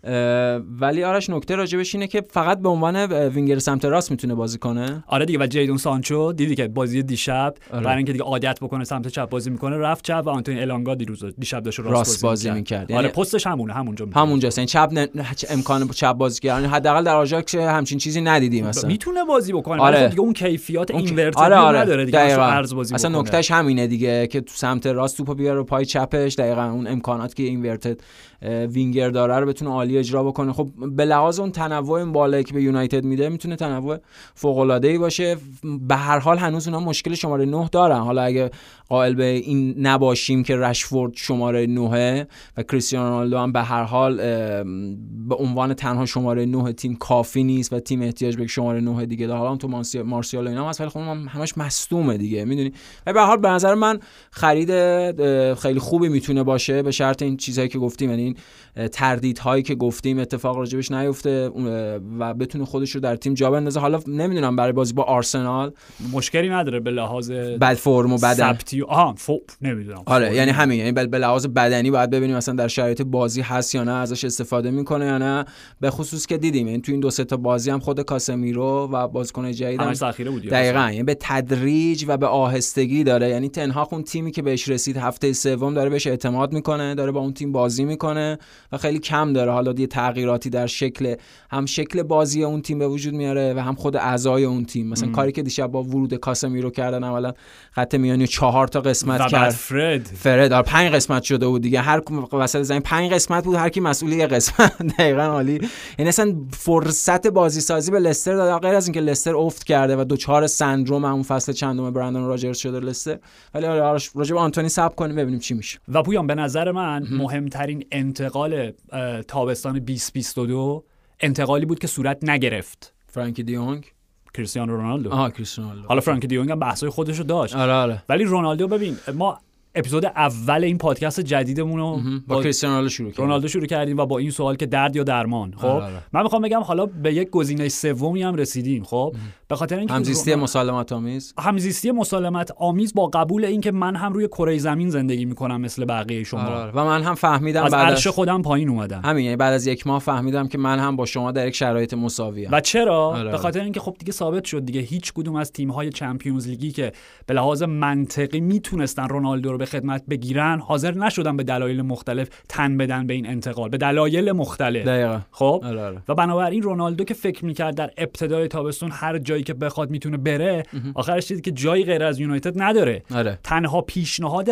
Speaker 2: ولی آرش نکته راجبش اینه که فقط به عنوان وینگر سمت راست میتونه بازی کنه.
Speaker 1: دیگه. و جیدون سانچو دیدی که بازی دیشب برای اینکه دیگه عادت بکنه سمت چپ بازی میکنه رفت چپ، و آنتونی الانگا دیشب داشت راست بازی میکرد.
Speaker 2: یعنی
Speaker 1: پستش همونجاست.
Speaker 2: این چپ امکان چپ بازی کردن حداقل در آژاکس همچین چیزی ندیدیم مثلا.
Speaker 1: میتونه بازی بکنه ولی دیگه اون کیفیت اینورتد نداره دیگه. عرض بازی
Speaker 2: اصلا نکتهش همینه دیگه که تو سمت راست توپو بیاره رو پای چپش، دقیقاً اون امکاناتی که اینورتد وینگر داره رو بتونه عالی اجرا بکنه. خب به لحاظ اون تنوع این بالایی که به یونایتد میده میتونه تنوع فوق العاده ای باشه. به هر حال هنوز اونها مشکل شماره 9 دارن. حالا اگه قائل به این نباشیم که رشفورد شماره 9 و کریستیانو رونالدو هم به هر حال به عنوان تنها شماره 9 تیم کافی نیست و تیم احتیاج به شماره 9 دیگه داره. حالا تو مارسیال اینا هست ولی خب همش مصدومه دیگه، میدونی. و به هر حال به نظر من خرید خیلی خوبی میتونه باشه به شرط این چیزایی که گفتیم، یعنی این تردیدهایی که گفتیم اتفاق راجبش نیفته و بتونه خودش رو در تیم جا بندازه. حالا نمیدونم برای بازی با آرسنال
Speaker 1: مشکلی نداره به لحاظ
Speaker 2: بد فرم و بدن
Speaker 1: نمیدونم.
Speaker 2: یعنی همین، یعنی به لحاظ بدنی باید ببینیم مثلا در شرایط بازی هست یا نه، ازش استفاده میکنه یا نه. به خصوص که دیدیم این تو این 2-3 تا بازی هم خود کاسمیرو و بازیکن جدید هم
Speaker 1: ذخیره بود.
Speaker 2: دقیقاً، یعنی به تدریج و به آهستگی داره. یعنی تنها اون تیمی که بهش رسید هفته سوم داره بهش اعتماد میکنه، داره با اون تیم بازی میکنه و خیلی کم داره حالا یه تغییراتی در شکل بازی اون تیم به وجود میاره و هم خود اعضای اون تیم. مثلا کاری که دیشب با ورود کاسمیرو کردن، اولا خط میانی 4 تا قسمت کرد. فرد 5 قسمت شده بود دیگه، هر وسط زمین 5 قسمت بود، هر کی مسئول یه قسمت. دقیقاً عالی. یعنی اصلا فرصت بازی سازی به لستر داد، غیر از اینکه لستر افت کرده و دوچار سندروم همون فصل چندم برندن راجرز شده لستر. ولی راجع به آنتونی صبر کنیم ببینیم چی میشه.
Speaker 1: و پویان به نظر من مهمترین انتقال تابستان 2022 انتقالی بود که صورت نگرفت.
Speaker 2: فرانکی دیونگ،
Speaker 1: کریستیانو رونالدو.
Speaker 2: حالا
Speaker 1: فرانکی دیونگ هم بحثای خودشو داشت.
Speaker 2: آره.
Speaker 1: ولی رونالدو ببین، ما اپیزود اول این پادکست جدیدمون رو
Speaker 2: با کریستیانو
Speaker 1: رونالدو شروع کردیم و با این سوال که درد یا درمان. خب من میخوام بگم حالا به یک گزینه سومی هم رسیدیم. خب به خاطر اینکه
Speaker 2: همزیستی
Speaker 1: مسالمت آمیز با قبول اینکه من هم روی کره زمین زندگی میکنم مثل بقیه شما.
Speaker 2: و من هم فهمیدم
Speaker 1: از عرش خودم پایین اومدم.
Speaker 2: همین، یعنی بعد از 1 ماه فهمیدم که من هم با شما در یک شرایط مساوی ام.
Speaker 1: و چرا؟ به خاطر اینکه خب دیگه ثابت شد دیگه هیچ کدوم از تیم‌های چمپیونز لیگی که به لحاظ منطقی میتونستن رونالدو رو به خدمت بگیرن حاضر نشدن به دلایل مختلف تن بدن به این انتقال، به دلایل مختلف.
Speaker 2: دقیقاً.
Speaker 1: خب و بنابراین رونالدو که فکر می‌کرد در ابتدای تابستون هر جایی که بخواد میتونه بره، آخرش دید که جایی غیر از یونایتد نداره. تنها پیشنهاد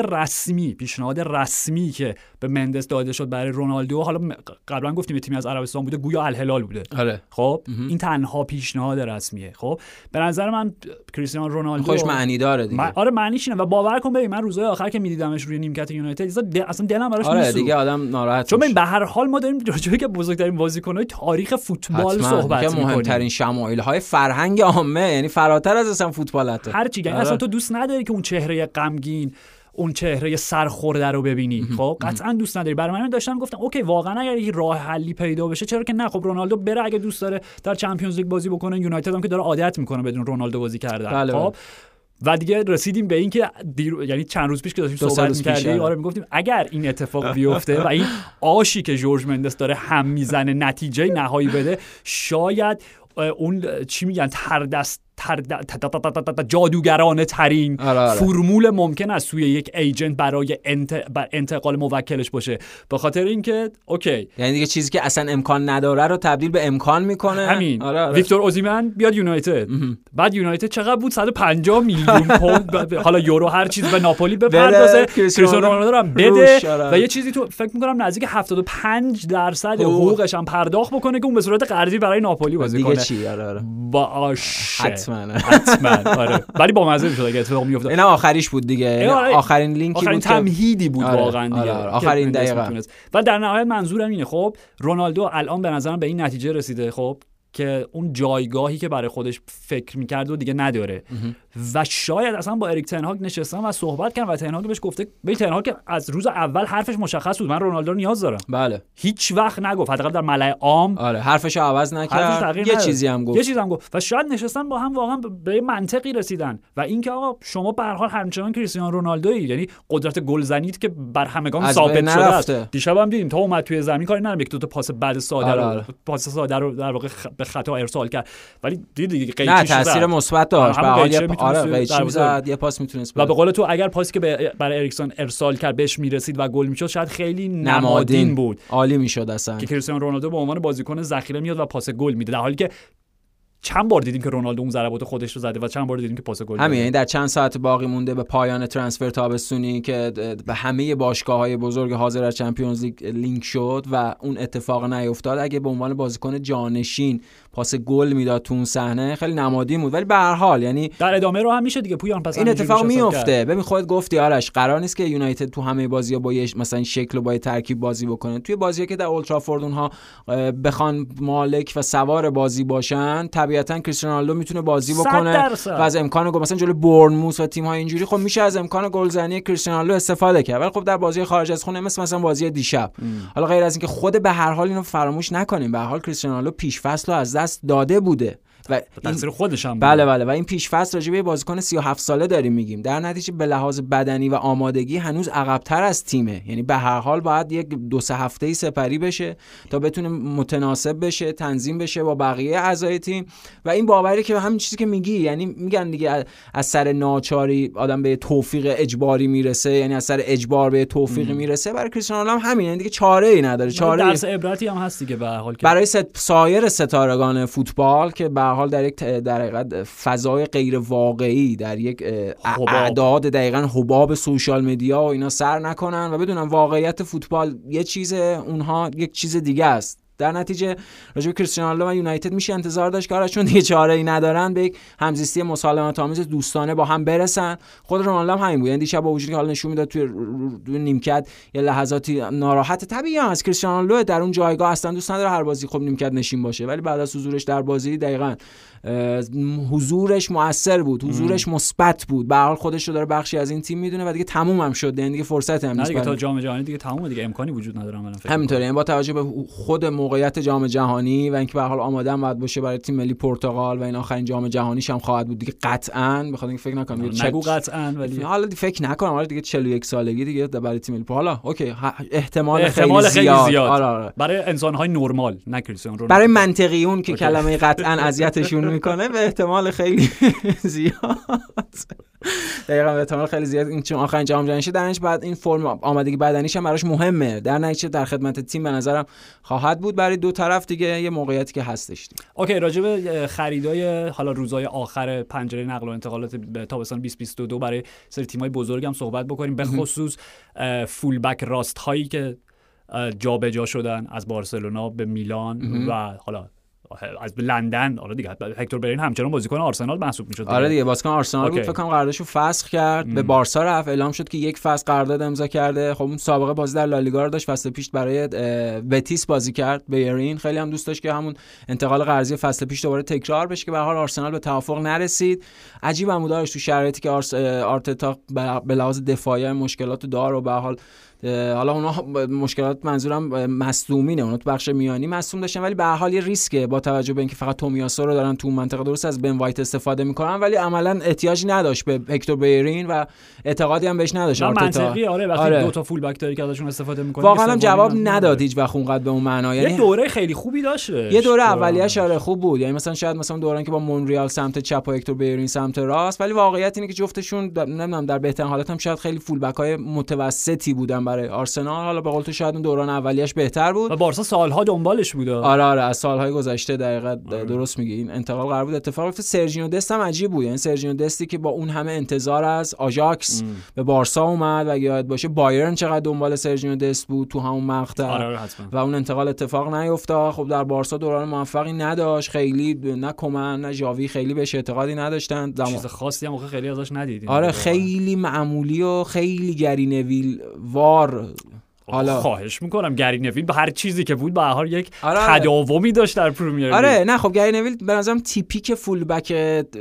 Speaker 1: رسمی که به مندس داده شد برای رونالدو، حالا قبلا گفتیم تیمی از عربستان بوده، گویا الهلال بوده. خب این تنها پیشنهاد رسمیه. خب به نظر من کریستیانو رونالدو
Speaker 2: خوش معنی داره دیگه.
Speaker 1: معنیش اینه و باور کن ببین من روزهای آخر که میدیدمش روی نیمکت یونایتد اصلا دلم براش میسوخت.
Speaker 2: دیگه آدم ناراحت.
Speaker 1: چون به هر حال ما داریم راجع به بزرگترین بازیکن‌های تاریخ فوتبال صحبت می‌کنیم.
Speaker 2: مهمترین شمایل‌های فرهنگ عامه، یعنی فراتر از اصلا فوتبال.
Speaker 1: هر چی اصلا تو دوست نداری که اون چهره غمگین، اون چهره سرخورده رو ببینی. خب قطعا دوست نداری. برای من داشتم گفتم اوکی واقعا اگر یه راه حلی پیدا بشه چرا که نه. خب رونالدو بره اگه دوست داره در چمپیونز لیگ بازی بکنه. یونایتد هم که داره عادت میکنه بدون رونالدو بازی کردن. خب و دیگه رسیدیم به این که یعنی چند روز پیش که داشتیم صحبت می‌کردیم آره میگفتیم اگر این اتفاق بیفته و این آشی که جورج مندس داره هم میزنه نتیجه نهایی بده، شاید اون چی میگن جادوگرانه ترین فرمول ممکن است سوی یک ایجنت برای انتقال موکلش باشه. به خاطر اینکه اوکی
Speaker 2: یعنی دیگه چیزی که اصلا امکان نداره رو تبدیل به امکان میکنه.
Speaker 1: همین ویکتور اوزیمن بیاد یونایتد، بعد یونایتد چقدر بود 150 میلیون پوند حالا یورو هر چیز به ناپولی بپردازه، کریستیانو رونالدو رو بده و یه چیزی تو فکر میکنم نزدیک 75% حقوقش هم پرداخت بکنه که اون به صورت قرضی برای ناپولی بازی کنه. حتما آره ولی با مزه میشد اگه اتفاق میافتاد.
Speaker 2: اینا آخریش بود دیگه، آخرین لینکی
Speaker 1: آخرین
Speaker 2: بود،
Speaker 1: تمهیدی بود واقعا دیگه.
Speaker 2: آخرین دقیقه.
Speaker 1: و در نهایت منظورم اینه خب رونالدو الان به نظرم به این نتیجه رسیده خب که اون جایگاهی که برای خودش فکر می‌کرد و دیگه نداره و شاید اصلا با اریک تن هاگ نشستن و صحبت کردن و تن هاگ بهش گفته به تن هاگ که از روز اول حرفش مشخص بود من رونالدو رو نیاز دارم.
Speaker 2: بله
Speaker 1: هیچ وقت نگفت حداقل در ملأ عام
Speaker 2: آره حرفشو عوض نکرد، یه چیزی هم گفت
Speaker 1: و شاید نشستن با هم واقعا به منطقی رسیدن و اینکه آقا شما به هر حال همچنان کریستیانو رونالدویی، یعنی قدرت گلزنیت که بر همگان ثابت شده است. دیشب هم دیدیم تا اومد توی زمین کاری نداره، یک دو تا پاس بعد ساده رو در واقع به خطا ارسال کرد ولی دیدی قیچی
Speaker 2: نه تاثیر مثبت داشت. به حال قیچی زد، یه پاس میتونست
Speaker 1: و به قول تو اگر پاسی که برای اریکسون ارسال کرد بهش میرسید و گل میشد شاید خیلی نمادین بود،
Speaker 2: عالی میشد اصلا
Speaker 1: که کریستیانو رونالدو به عنوان بازیکن ذخیره میاد و پاس گل میده، در حالی که چند بار دیدیم که رونالدو اون ضربات خودش رو زده و چند بار دیدیم که پاس گل
Speaker 2: همین. یعنی در چند ساعت باقی مونده به پایان ترانسفر تابستونی که به همه باشگاه‌های بزرگ حاضر در چمپیونز لیگ لینک شد و اون اتفاق نیفتاد، اگه به عنوان بازیکن جانشین پاس گل میداد تو اون صحنه خیلی نمادین بود. ولی به هر حال یعنی
Speaker 1: در ادامه رو هم میشه دیگه پویان پس
Speaker 2: این اتفاق میفته. ببین خودت گفتی آرش قرار نیست که یونایتد تو همه بازی‌ها با مثلا این شکل و با ترکیب بازی بکنه. توی بازی‌ها که در اولترافورد اونها بخوان مالک و سوار بازی باشن طبیعتاً کریستیانو رونالدو میتونه بازی بکنه و از امکان گل مثلا جلوی بورنموث و تیم‌های اینجوری خب میشه از امکان گلزنی کریستیانو رونالدو استفاده کرد. ولی خب در بازی خارج از خونه مثلا بازی دیشب حالا غیر از اینکه خود به هر حال اینو فراموش نکنیم به هر حال کریستیانو رونالدو پیش فصل رو از دست داده بوده و
Speaker 1: تقصیر خودش هم
Speaker 2: بله و این پیش فصل راجع به بازیکن 37 ساله داریم میگیم، در نتیجه به لحاظ بدنی و آمادگی هنوز عقب‌تر از تیمه. یعنی به هر حال باید یک 2-3 هفته‌ای سپری بشه تا بتونه متناسب بشه، تنظیم بشه با بقیه اعضای تیم و این باوری که همین چیزی که میگی، یعنی میگن دیگه از سر ناچاری آدم به توفیق اجباری میرسه، یعنی از سر اجبار به توفیقی میرسه. برای کریستیانو رونالدو همین، یعنی دیگه چاره‌ای نداره. چاره
Speaker 1: درس عبرتی هم هست دیگه به هر حال که
Speaker 2: برای سایر ستارگان فوتبال که به حال در یک در حقیقت فضای غیر واقعی در یک اعداد دقیقاً حباب سوشال مدیا و اینا سر نکنن و بدونن واقعیت فوتبال یه چیز، اونها یک چیز دیگه است. در نتیجه راجع به کریستیانو رونالدو و یونایتد میشه انتظار داشت که چون دیگه چاره‌ای ندارن به یک همزیستی مسالمت آمیز دوستانه با هم برسن. خود رونالدو هم همین بود، یعنی دیشب با وجودی که حالا نشون میداد توی نیمکت یه لحظاتی ناراحت طبیعیه از کریستیانو رونالدو در اون جایگاه اصلا دوست نداره هر بازی خب نیمکت نشین باشه، ولی بعد از حضورش در بازی دقیقاً حضورش مؤثر بود، حضورش مثبت بود. به هر حال خودش رو داره بخشی از این تیم میدونه و دیگه تموم هم شد، یعنی دیگه فرصت هم نیست
Speaker 1: دیگه تا جام جهانی دیگه تمومه دیگه، امکانی وجود نداره. من فکر
Speaker 2: همینطوره، یعنی با توجه به خود موقعیت جام جهانی و اینکه به هر حال آماده هم باید باشه برای تیم ملی پرتغال و این آخرین جام جهانیش هم خواهد بود دیگه قطعاً. بخاطر اینکه فکر نکنم
Speaker 1: نگو قطعاً، ولی
Speaker 2: حالا فکر نکنم حالا دیگه 41 سالگی دیگه برای تیم ملی حالا اوکی احتمال خیلی زیاد.
Speaker 1: آره. برای انسان‌های نرمال، نه کریستیانو رونالدو،
Speaker 2: برای منطقیون که کلمه قطعاً اذیتشون میکنه به احتمال خیلی زیاد دقیقاً به احتمال خیلی زیاد این چون آخرین جام جهانی درنش بعد این فرم آمادگی بدنیش هم براش مهمه. در نتیجه در خدمت تیم به نظرم خواهد بود. برای دو طرف دیگه یه موقعیتی که هستش دیگه.
Speaker 1: اوکی، راجع به خریدای حالا روزهای آخر پنجره نقل و انتقالات تابستان 2022 برای سری تیم‌های بزرگ هم صحبت بکنیم، به خصوص فول بک راست هایی که جابجا شدن از بارسلونا به میلان و حالا از لندن. آره دیگه هکتور برین همچنان بازیکن آرسنال محسوب میشد.
Speaker 2: آره دیگه بازیکن آرسنال بود، فکر کنم قراردادشو فسخ کرد، به بارسا رفت، اعلام شد که یک فصل قرارداد امضا کرده. خب اون سابقه بازی در لالیگا رو داشت، فصل پیش برای بتیس بازی کرد. بیرین خیلی هم دوست داشت که همون انتقال قرضی فصل پیش دوباره تکرار بشه که به هر حال آرسنال به توافق نرسید. عجیب هم بود تو شرایطی که آرتتا به لحاظ دفاعی مشکلات داره و به هر حال حالا اونا مشکلات منظورم مصدومینه، اونا تو بخش میانی مصدوم داشتن، ولی به هر حال یه ریسکه با توجه به اینکه فقط تومیاسو رو دارن تو منطقه درست از بن وایت استفاده میکنن، ولی عملا احتیاجی نداشت به هکتور بیرین و اعتقادی هم بهش نداشت آرتتا.
Speaker 1: منطقی آره وقتی دو تا فول بک داری که ازشون استفاده میکنن
Speaker 2: واقعا هم جواب نداد هیچ وقت اونقدر به اون معنا. یعنی
Speaker 1: یه دوره خیلی خوبی داشت،
Speaker 2: یه دوره اولیه‌اش آره خوب بود، یعنی مثلا شاید مثلا دوران که با مونریال سمت چپ و هکتور بیرین سمت راست، ولی واقعیت اینه که جفتشون نمیدونم در بهترین حالت هم شاید خیلی فول بک های متوسطی بودن برای آرسنال. حالا به قول تو شاید اون دوران اولیه‌اش بهتر بود
Speaker 1: و بارسا سالها دنبالش بود.
Speaker 2: آره از سالهای گذشته دقیقاً درست میگی این انتقال قرار بود اتفاق بیفته. سرژینو دست هم عجیب بود، یعنی سرژینو دستی که با اون همه انتظار از آژاکس به بارسا اومد و یاد باشه بایرن چقدر دنبال سرژینو دست بود تو همون مقطع و اون انتقال اتفاق نیفتاد. خب در بارسا دوران موفقی نداشت، خیلی نه کومن نه ژاوی خیلی بهش اعتقادی نداشتن،
Speaker 1: چیز خاصی هم خیلی ازش ندیدیم.
Speaker 2: آره خیلی معمولی و خیلی گری نویل وار.
Speaker 1: حالا خواهش میکنم گری نویل به هر چیزی که بود به هر حال یک تداومی داشت در پرمیر لیگ.
Speaker 2: آره نه خب گری نویل به نظرم تیپیک فول بک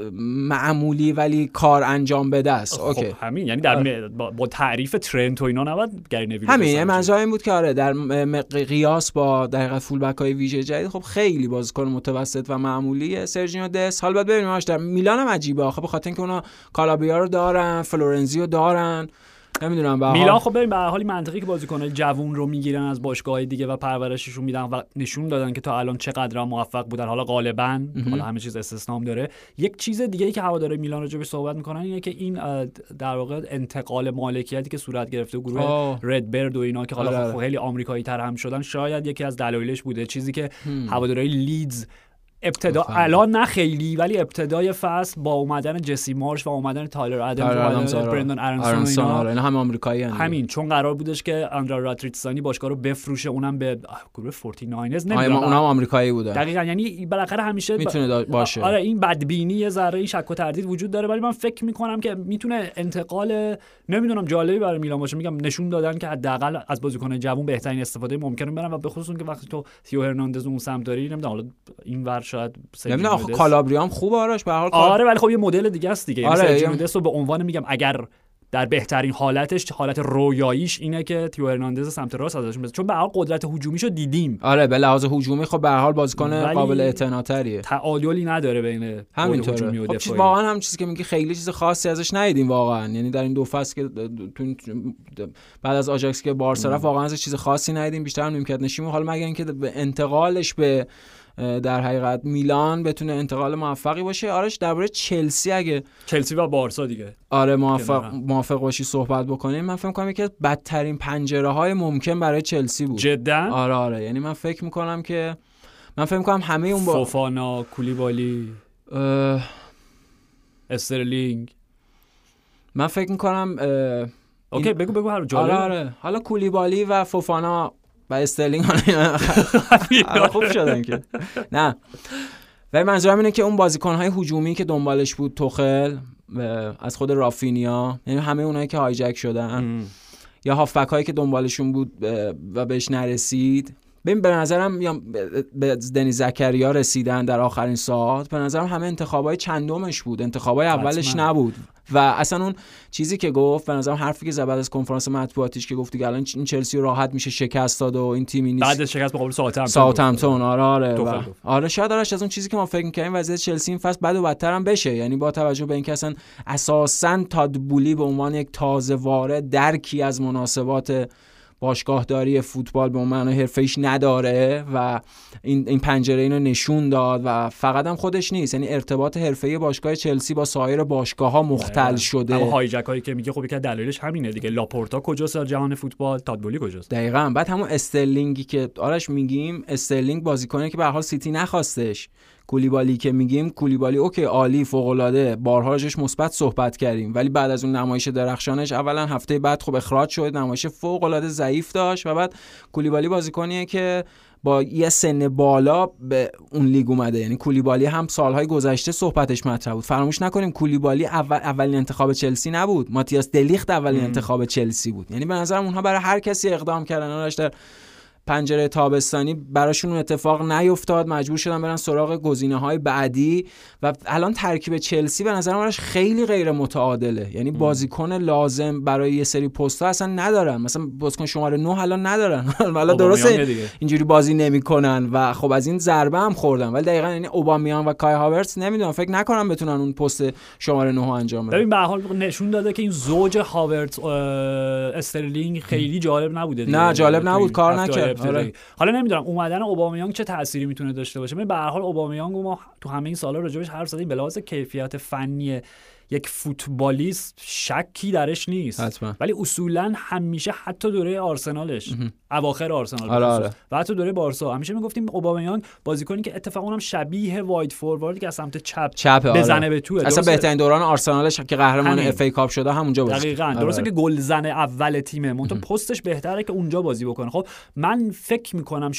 Speaker 2: معمولی ولی کار انجام بده است. اوکی
Speaker 1: همین یعنی در با تعریف ترنت و اینا نبود گری نویل
Speaker 2: همین منظورم این بود که آره در قیاس با دقیقاً فول بک های ویژه جدید خب خیلی بازیکن متوسط و معمولیه سرژینو دست. حالا بعد ببینیم در میلان هم عجیبه آخه به خاطر اینکه اونا کالابریا رو دارن، فلورنزیو دارن، نمیدونم
Speaker 1: میلان خب ببین به هر حال منطقی که بازیکن‌های جوون رو میگیرن از باشگاه‌های دیگه و پرورششون میدن و نشون دادن که تا الان چقدر موفق بودن. حالا غالباً حالا همه چیز استثنام داره. یک چیز دیگه‌ای که هوادارهای میلان راجعش صحبت میکنن اینه که این در واقع انتقال مالکیتی که صورت گرفته و گروه ردبرد و اینا که حالا خیلی آمریکایی‌تر هم شدن شاید یکی از دلایلش بوده. چیزی که هوادارهای لیدز ابتدا الان نه خیلی ولی ابتدای فصل با اومدن جسی مارش و اومدن تایلر آدمز و برندن آرنسون
Speaker 2: اینا هم آمریکایی هستن.
Speaker 1: همین چون قرار بودش که آندرا راتریتسانی باشگاه رو بفروشه اونم به گروه 49ers نمیدونم
Speaker 2: اونم آمریکایی بوده
Speaker 1: دقیقاً. یعنی بالاخره همیشه
Speaker 2: میتونه باشه.
Speaker 1: آره این بدبینی یه ذره این شک و تردید وجود داره ولی من فکر میکنم که میتونه انتقال نمیدونم جالبی برای میلان باشه. میگم نشون دادن که حداقل از بازیکن جوون بهترین استفاده ممکنه برن و به خصوص که وقتی تو تیو هرناندز اون سمت داری نمیدونم حالا این ور شاید
Speaker 2: نمیدونم آخه کالابریا هم خوبه آراش به هر حال
Speaker 1: آره ولی خب یه مدل دیگه است دیگه. یعنی سرجینو دست رو به عنوان میگم اگر در بهترین حالتش حالت رویاییش اینه که تیو هرناندز سمت راست ازش میاد چون به هر حال قدرت هجومیشو دیدیم.
Speaker 2: آره به لحاظ هجومی خب به هر حال بازیکن قابل اعتناتریه،
Speaker 1: تعادلی نداره بین هجومی و دفاعی.
Speaker 2: واقعا هم چیزی که میگی خیلی چیز خاصی ازش ندیدیم واقعا، یعنی در این دو فصل که بعد از آژاکس که بارسا رفت واقعا ازش چیز خاصی ندیدیم، بیشتر هم نیمکت نشین. حالا مگر اینکه به انتقالش به در حقیقت میلان بتونه انتقال موفقی باشه. آرش درباره چلسی اگه
Speaker 1: چلسی و بارسا دیگه
Speaker 2: آره موافق باشی صحبت بکنیم، من فکر می‌کنم یکی از بدترین پنجره‌های ممکن برای چلسی بود
Speaker 1: جدا.
Speaker 2: آره یعنی من فکر می‌کنم همه اون
Speaker 1: فوفانا، کولیبالی، استرلینگ، من
Speaker 2: فکر می‌کنم
Speaker 1: اوکی بگو هر جالب.
Speaker 2: آره حالا کولیبالی و فوفانا و استرلینگ خوب شدن که نه، ولی منظورم اینه که اون بازیکن‌های هجومی که دنبالش بود توخل از خود رافینیا، یعنی همه اونایی که هایجک شدن یا هافبک هایی که دنبالشون بود و بهش نرسید. ببین به نظرم یا به دنی زکریا رسیدن در آخرین ساعت، به نظرم همه انتخابای چندمش بود، انتخابای اولش نبود. و اصلا اون چیزی که گفت به نظرم حرفی که زد بعد از کنفرانس مطبوعاتیش که گفت دیگه الان این چلسی راحت میشه شکست داد و این تیمی نیست
Speaker 1: بعد از شکست مقابل
Speaker 2: ساوثهمپتون. آره شاید از اون چیزی که ما فکر می‌کردیم وضعیت چلسی این فصل بد و بدتر هم بشه، یعنی با توجه به اینکه اصلا اساساً تادبولی به عنوان یک تازه وارد درکی از مناسبات باشگاهداری فوتبال به معنی حرفه‌ایش نداره و این پنجره اینو نشون داد و فقط هم خودش نیست، یعنی ارتباط حرفه‌ای باشگاه چلسی با سایر باشگاه‌ها مختل شده.
Speaker 1: اما هایجک هایی که میگه خب یک دلیلش همینه دیگه. لاپورتا کجاست در جهان فوتبال؟ تادبولی کجاست؟
Speaker 2: دقیقاً. بعد همون استرلینگی که آرش میگیم، استرلینگ بازیکنی که به هر حال سیتی نخواستش. کولیبالی که میگیم، کولیبالی اوکی عالی فوق العاده، بارها راجعش مثبت صحبت کردیم، ولی بعد از اون نمایش درخشانش اولا هفته بعد خب اخراج شد، نمایش فوق العاده ضعیف داشت و بعد کولیبالی بازیکنیه که با یه سن بالا به اون لیگ اومده. یعنی کولیبالی هم سالهای گذشته صحبتش مطرح بود. فراموش نکنیم کولیبالی اولین انتخاب چلسی نبود، ماتیاس دلیخت اولین انتخاب چلسی بود. یعنی به نظرم اونها برای هر کسی اقدام کردن. آرش در پنجره تابستانی براشون اتفاق نیفتاد، مجبور شدن برن سراغ گزینه‌های بعدی و الان ترکیب چلسی به نظر من خیلی غیر متعادله. یعنی بازیکن لازم برای یه سری پست‌ها اصلا ندارن. مثلا بازیکن شماره 9 الان ندارن. حالا درسته اینجوری بازی نمی‌کنن و خب از این ضربه هم خوردن، ولی دقیقاً یعنی اوبامیان و کای هاورتس نمیدونم، فکر نکنم بتونن اون پست شماره 9 انجام بدن.
Speaker 1: ببین به هر حال نشون داده که این زوج هاورتس استرلینگ خیلی جالب نبوده دیگه.
Speaker 2: نه جالب نبود، کار نکرد.
Speaker 1: حالا نمیدونم اومدن اوبامیانگ چه تأثیری میتونه داشته باشه. به هر حال اوبامیانگ ما تو همه این سالا راجعش حرف زدیم، به لحاظ کیفیت فنی یک فوتبالیست شکی درش نیست
Speaker 2: حتما.
Speaker 1: ولی اصولا همیشه حتی دوره آرسنالش اواخر آرسنال
Speaker 2: آره.
Speaker 1: و حتی دوره بارسا همیشه میگفتیم اوبامیانگ بازیکنی که اتفاقا اونم شبیه واید فورواردی که از سمت چپ بزنه به تو.
Speaker 2: اصلا بهترین دوران آرسنالش که قهرمان اف ای کاپ شده همونجا بود.
Speaker 1: دقیقاً درسته که گلزن اول تیمه، منتها پستش بهتره که اونجا بازی بکنه. خب من فکر میکنم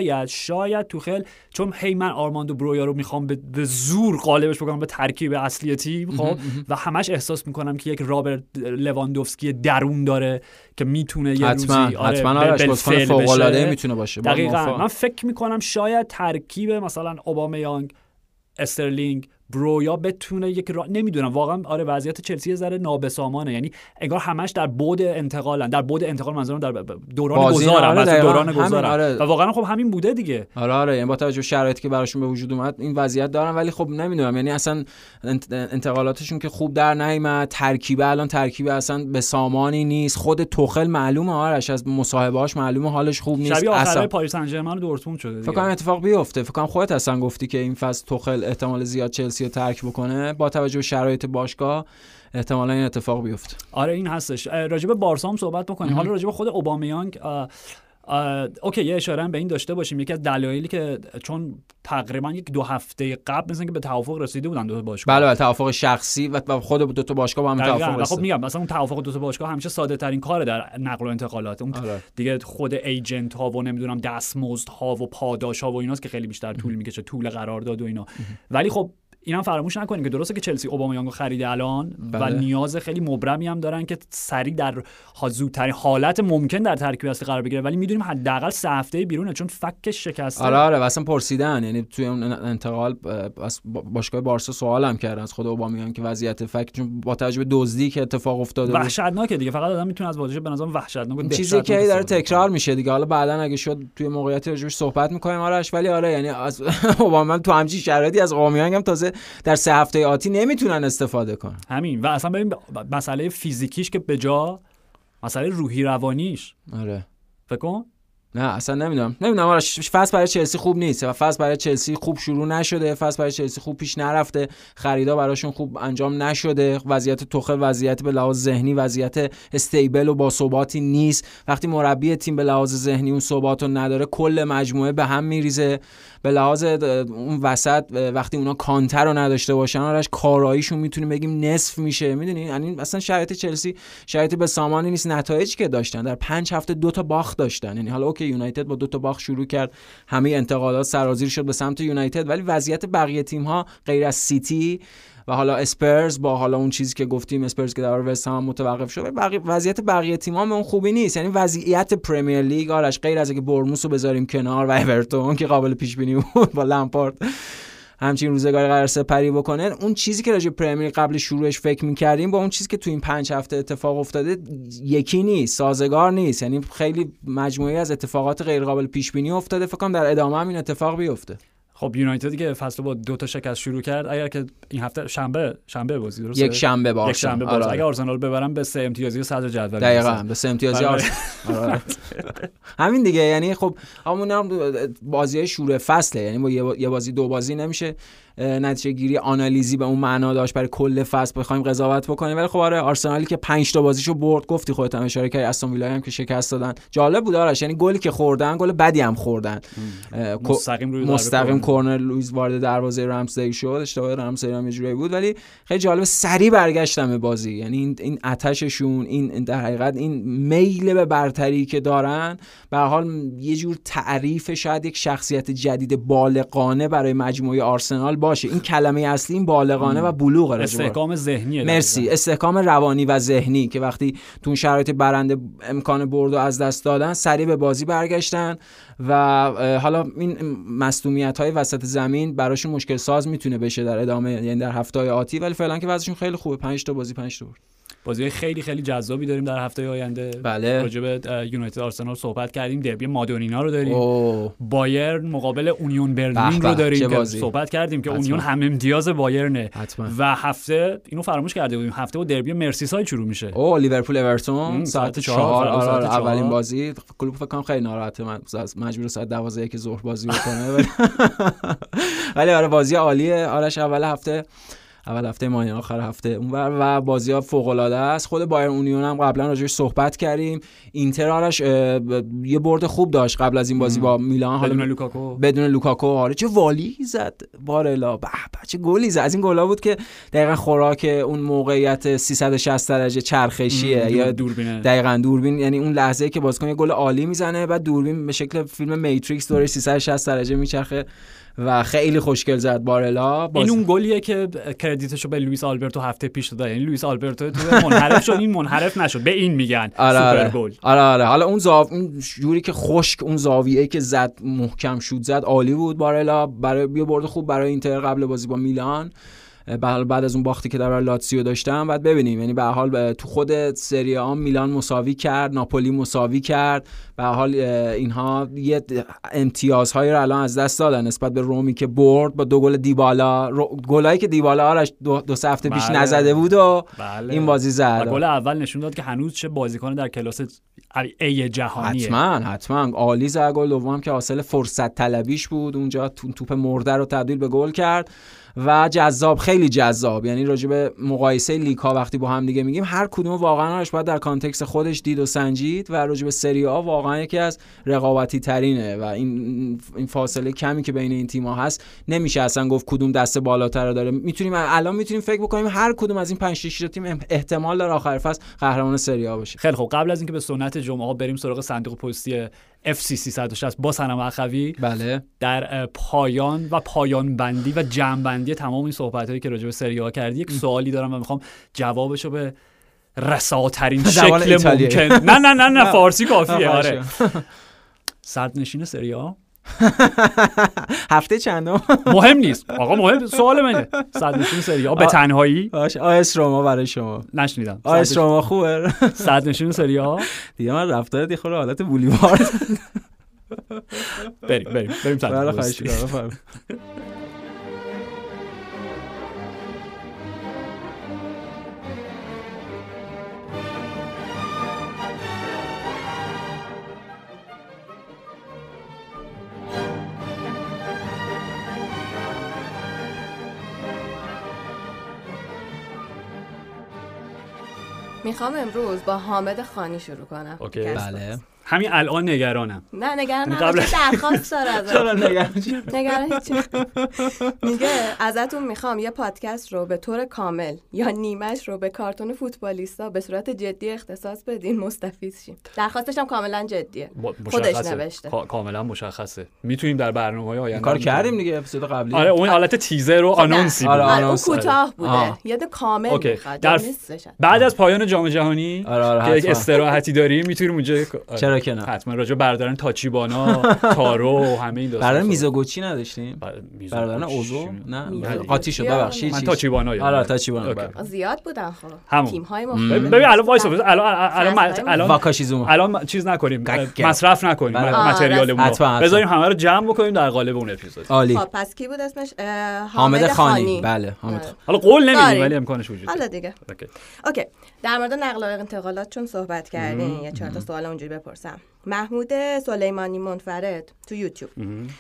Speaker 1: شاید توخل چون هی من آرماندو برویا رو میخوام به زور قالبش بکنم به ترکیب اصلی تیم، خب و همش احساس میکنم که یک رابرت لواندوفسکی درون داره که میتونه یه روزی
Speaker 2: حتما فوق العاده میتونه باشه.
Speaker 1: دقیقاً من فکر میکنم شاید ترکیب مثلا اوبامیانگ، استرلینگ، برویا بتونه یک نمیدونم واقعا. آره وضعیت چلسی یه ذره نابسامانه، یعنی انگار همش در بعد انتقالن، در بعد انتقال منظورم در دوران گذارن، دوران گذارن و واقعا خب همین بوده دیگه.
Speaker 2: آره یعنی با توجه به شرایطی که براشون به وجود اومد این وضعیت دارن، ولی خب نمیدونم یعنی اصلا انتقالاتشون که خوب در نیامد، ترکیب الان ترکیب اصلا به سامانی نیست. خود توخل معلومه آرش از مصاحبه‌هاش معلومه حالش خوب نیست.
Speaker 1: شبیه آخرای پاریس سن ژرمن و دورتموند شده.
Speaker 2: فکر کنم اتفاق بیفته. فکر کنم خودت اصلا گفتی که این فصل توخل احتمال زیاد چلسی رو ترک بکنه با توجه به شرایط باشگاه، احتمالاً این اتفاق بیفته.
Speaker 1: آره این هستش. راجب بارسا هم صحبت بکنیم. حالا راجب خود اوبامیانگ اوکی یه اشاره هم به این داشته باشیم. یکی از دلایلی که چون تقریبا یک 2 هفته قبل مثلا که به توافق رسیده بودن دو تا باشگاه،
Speaker 2: بله توافق شخصی و خود دو تا باشگاه با هم توافق رسیدن.
Speaker 1: خب میگم مثلا اون توافق دو تا باشگاه همیشه ساده ترین کاره در نقل و انتقالات. اون دیگه خود ایجنت ها و نمیدونم دستمزد ها و پاداش ها و ایناست که خیلی بیشتر طول میکشه، طول قرارداد و اینا. ولی خب اینا فراموش نکنیم که درسته که چلسی اوبامیانگو خریده الان و نیاز خیلی مبرمی هم دارن که سریع در زودترین حالت ممکن در ترکیب اصلی قرار بگیره، ولی میدونیم حداقل 3 هفته بیرونه چون فکش شکسته.
Speaker 2: آره واسه پرسیدن، یعنی توی اون انتقال از باشگاه بارسا سوالم کردن از خود اوبامیانگ که وضعیت فک چون با توجه به دزدی که اتفاق افتاده
Speaker 1: وحشتناکه دیگه. فقط آدم میتونه از بازیش به نظرم وحشتناک
Speaker 2: چیزی که داره تکرار میشه دیگه. حالا بعدن اگه شد توی موقعیتی راجعش صحبت می‌کنیم آرش، ولی آره یعنی از اوبامیانگ تو همچین شرایطی از اوبامیانگ هم تازه در 3 هفته آتی نمیتونن استفاده کنن.
Speaker 1: همین و اصلا ببین مسئله فیزیکیش که به جا مسئله روحی روانیش.
Speaker 2: آره
Speaker 1: فکر کن
Speaker 2: نه اصلا نمیدونم آره فصل برای چلسی خوب نیست و فصل برای چلسی خوب شروع نشده، فصل برای چلسی خوب پیش نرفته، خریدا براشون خوب انجام نشده. وضعیت توخل وضعیت به لحاظ ذهنی وضعیت استیبل و با ثباتی نیست. وقتی مربی تیم به لحاظ ذهنی اون ثبات رو نداره کل مجموعه به هم میریزه. به لحاظ اون وسط وقتی اونا کانتر رو نداشته باشن آرش کاراییشون میتونیم بگیم نصف میشه. میدونی یعنی اصلا شرایط چلسی شرایط به سامانی نیست. نتایجی که داشتن در 5 هفته 2 تا باخت داشتن، یعنی حالا اوکی یونایتد با 2 تا باخت شروع کرد، همه انتقادات سرازیر شد به سمت یونایتد، ولی وضعیت بقیه تیم ها غیر از سیتی و حالا اسپرز با حالا اون چیزی که گفتیم اسپرز که در وست هم متوقف شد، وضعیت بقیه تیم‌ها به اون خوبی نیست. یعنی وضعیت پرمیر لیگ آرش غیر از اینکه برموس رو بذاریم کنار و اورتون که قابل پیش بینی بود با لمپارد همچین روزگاری قرار سپری بکنه، اون چیزی که راجع پرمیر قبل شروعش فکر می‌کردیم با اون چیزی که تو این 5 هفته اتفاق افتاده یکی نیست، سازگار نیست. یعنی خیلی مجموعه‌ای از اتفاقات غیر قابل پیش بینی افتاده. فکر کنم در ادامه هم این اتفاق بیفته.
Speaker 1: خب یونایتد که فصل با 2 تا شکست شروع کرد، اگر که این هفته شنبه بازی درسته
Speaker 2: یک شنبه باشه
Speaker 1: اگه آرسنال ببرن به 3 امتیازی صدر جدول
Speaker 2: دقیقاً به 3 امتیازی آرسنال همین دیگه. یعنی خب همون بازیای شروع فصله، یعنی با یه بازی 2 بازی نمیشه نتیجه گیری آنالیزی به اون معنا داشت برای کل فصل بخوایم قضاوت بکنیم. ولی خب آره آرسنالی که 5 تا بازیشو برد، گفتی خودت هم اشاره کردی، استون ویلا هم که شکست دادن. جالب بود آرش، یعنی گلی که خوردن گل بدی هم خوردن، مستقیم کرنر لوئیس وارد دروازه رمزدیل شد، اشتباه رمزدیل هم یه جوری بود، ولی خیلی جالب سریع برگشتن به بازی. یعنی این آتششون، این در حقیقت این میل به برتری که دارن، به هر حال یه جور تعریف شاید یک شخصیت جدید بالغانه برای مجموعه آرسنال باشه. این کلمه اصلی این بالغانه و بلوغ،
Speaker 1: استحکام ذهنی.
Speaker 2: مرسی، استحکام روانی و ذهنی که وقتی تو شرایط برنده امکان برد رو از دست دادن سریع به بازی برگشتن و حالا این مصدومیت‌های وسط زمین براشون مشکل ساز میتونه بشه در ادامه، یعنی در هفته‌های آتی، ولی فعلا که وضعشون خیلی خوبه. 5 تا بازی 5 تا برد.
Speaker 1: بازی خیلی خیلی جذابی داریم در هفته آینده.
Speaker 2: بله.
Speaker 1: راجع به یونایتد آرسنال صحبت کردیم، دربی مادونینا رو داریم. بایرن مقابل اونیون برلین رو داریم که صحبت کردیم که اونیون هم امتیاز بایرنه. و هفته اینو فراموش کرده بودیم، هفته با دربی مرسیساید شروع میشه.
Speaker 2: لیورپول اورتون ساعت 4. اولین بازی. کلوب فکر کنم خیلی ناراحته، من مجبور ساعت 12 که ظهر بازی بکنه. ولی آره بازی عالیه. آرش اول هفته ماه آخر هفته اونور و بازی‌ها فوق‌العاده است. خود بایرن اونیون هم قبلا راجعش صحبت کردیم. اینتر آرش یه برد خوب داشت قبل از این بازی با میلان، بدون لوکاکو. آره چه والی زد بارلا، به چه گلی زد. از این گلا بود که دقیقاً خوراک اون موقعیت 360 درجه چرخشیه یا
Speaker 1: دوربینه.
Speaker 2: دقیقاً دوربین، یعنی اون لحظه‌ای که بازیکن یه گل عالی میزنه بعد دوربین به شکل فیلم میتریکس دور 360 درجه میچرخه و خیلی خوشگل زد بارلا.
Speaker 1: این اون گلیه که کردیتشو به لوئیس آلبرتو هفته پیش داد، یعنی لوئیس آلبرتو تو منحرف شد، این منحرف نشد، به این میگن سوپر گل.
Speaker 2: آره حالا اون جوری که خشک، اون زاویه‌ای که زد محکم شوت زد، عالی بود بارلا. برای بیا برد خوب برای اینتر قبل بازی با میلان، بعد از اون باختی که در لاتزیو داشتم. بعد ببینیم، یعنی به هر حال تو خود سری آ میلان مساوی کرد، ناپولی مساوی کرد، به هر حال اینها یه امتیازهای رو الان از دست دادن نسبت به رومی که برد با 2 گل دیبالا، گلایی که دیبالا آرش 2 هفته پیش نزده بود و این بازی زد.
Speaker 1: گل اول نشون داد که هنوز چه بازیکن در کلاس ای جهانیه.
Speaker 2: حتما عالی زد. گل دوم که حاصل فرصت طلبیش بود، اونجا توپ مرده رو تبدیل به گل کرد و جذاب، خیلی جذاب. یعنی راجع به مقایسه لیگ ها وقتی با هم دیگه میگیم، هر کدوم واقعا باید در کانتکست خودش دید و سنجید و راجع به سری آ واقعا یکی از رقابتی ترینه و این فاصله کمی که بین این تیم‌ها هست نمیشه اصلا گفت کدوم دست بالاتر داره. الان میتونیم فکر بکنیم هر کدوم از این 5 تا تیم احتمال داره آخر فصل قهرمان سری آ بشه.
Speaker 1: خیلی خوب، قبل از اینکه به سنت جمعه بریم سراغ صندوق پستی FC 360 با سنم اخوی،
Speaker 2: بله،
Speaker 1: در پایان و پایان بندی و جمع بندی تمام این صحبتایی که راجع به سری آ کردی، یک سوالی دارم و میخوام جوابشو به رساترین شکل ممکن نه فارسی کافیه. آره صدرنشین سری آ
Speaker 2: هفته چندم
Speaker 1: مهم نیست آقا، مهم سوال منه. صدرنشین سری آ به تنهایی.
Speaker 2: آیس روما برای شما
Speaker 1: نشنیدم.
Speaker 2: آیس روما خوبه.
Speaker 1: صدرنشین سری آ دیگه من
Speaker 2: رفتار دیگه خورده حالت بولیوارد.
Speaker 1: بریم صدرنشین.
Speaker 3: میخوام امروز با حامد خانی شروع کنم.
Speaker 2: بله.
Speaker 1: همین الان نگرانم.
Speaker 3: نه نگران نباش، درخواست داره ازت.
Speaker 2: چرا
Speaker 3: نگران هیچ. میگه ازتون میخوام یه پادکست رو به طور کامل یا نیمش رو به کارتون فوتبالیستا به صورت جدی اختصاص بدین، مستفید شیم. درخواستش هم کاملا جدیه. خودش نوشته.
Speaker 1: کاملا مشخصه. میتونیم در برنامه‌های آینده
Speaker 2: کار کردیم دیگه، اپیزود قبلی.
Speaker 1: آره اون حالت تیزر و آنونسی بود.
Speaker 3: آره اون کوتاه بوده. یه کامل میخواد.
Speaker 1: بعد از پایان جام جهانی که استراحتی داریم میتونیم اونجا
Speaker 2: که نه
Speaker 1: حتما راجع بردارن تاچیبانا، تارو و همه این داستانا.
Speaker 2: برای میزوگوچی نداشتیم؟ بردارن اوزو نه قاطی شد، ببخشید.
Speaker 1: من تاچیبانا
Speaker 2: آره تاچیبانا
Speaker 3: زیاد بودن. خب تیم‌های مختلف.
Speaker 1: ببین الان وایس الان
Speaker 2: واکاشیزوما
Speaker 1: الان چیز نکنیم، مصرف نکنیم متریالمون رو، بذاریم همه رو جمع بکنیم در قالب اون اپیزود.
Speaker 2: خب
Speaker 3: پس کی بود اسمش؟
Speaker 2: حامد خانی. بله حامد.
Speaker 1: حالا قول نمیدیم ولی امکانش وجود
Speaker 3: داره. حالا دیگه اوکی، در مورد نقل و انتقالات چون صحبت کردین یه 4 تا سوال اونجوری بپرسم. محمود سلیمانی منفرد تو یوتیوب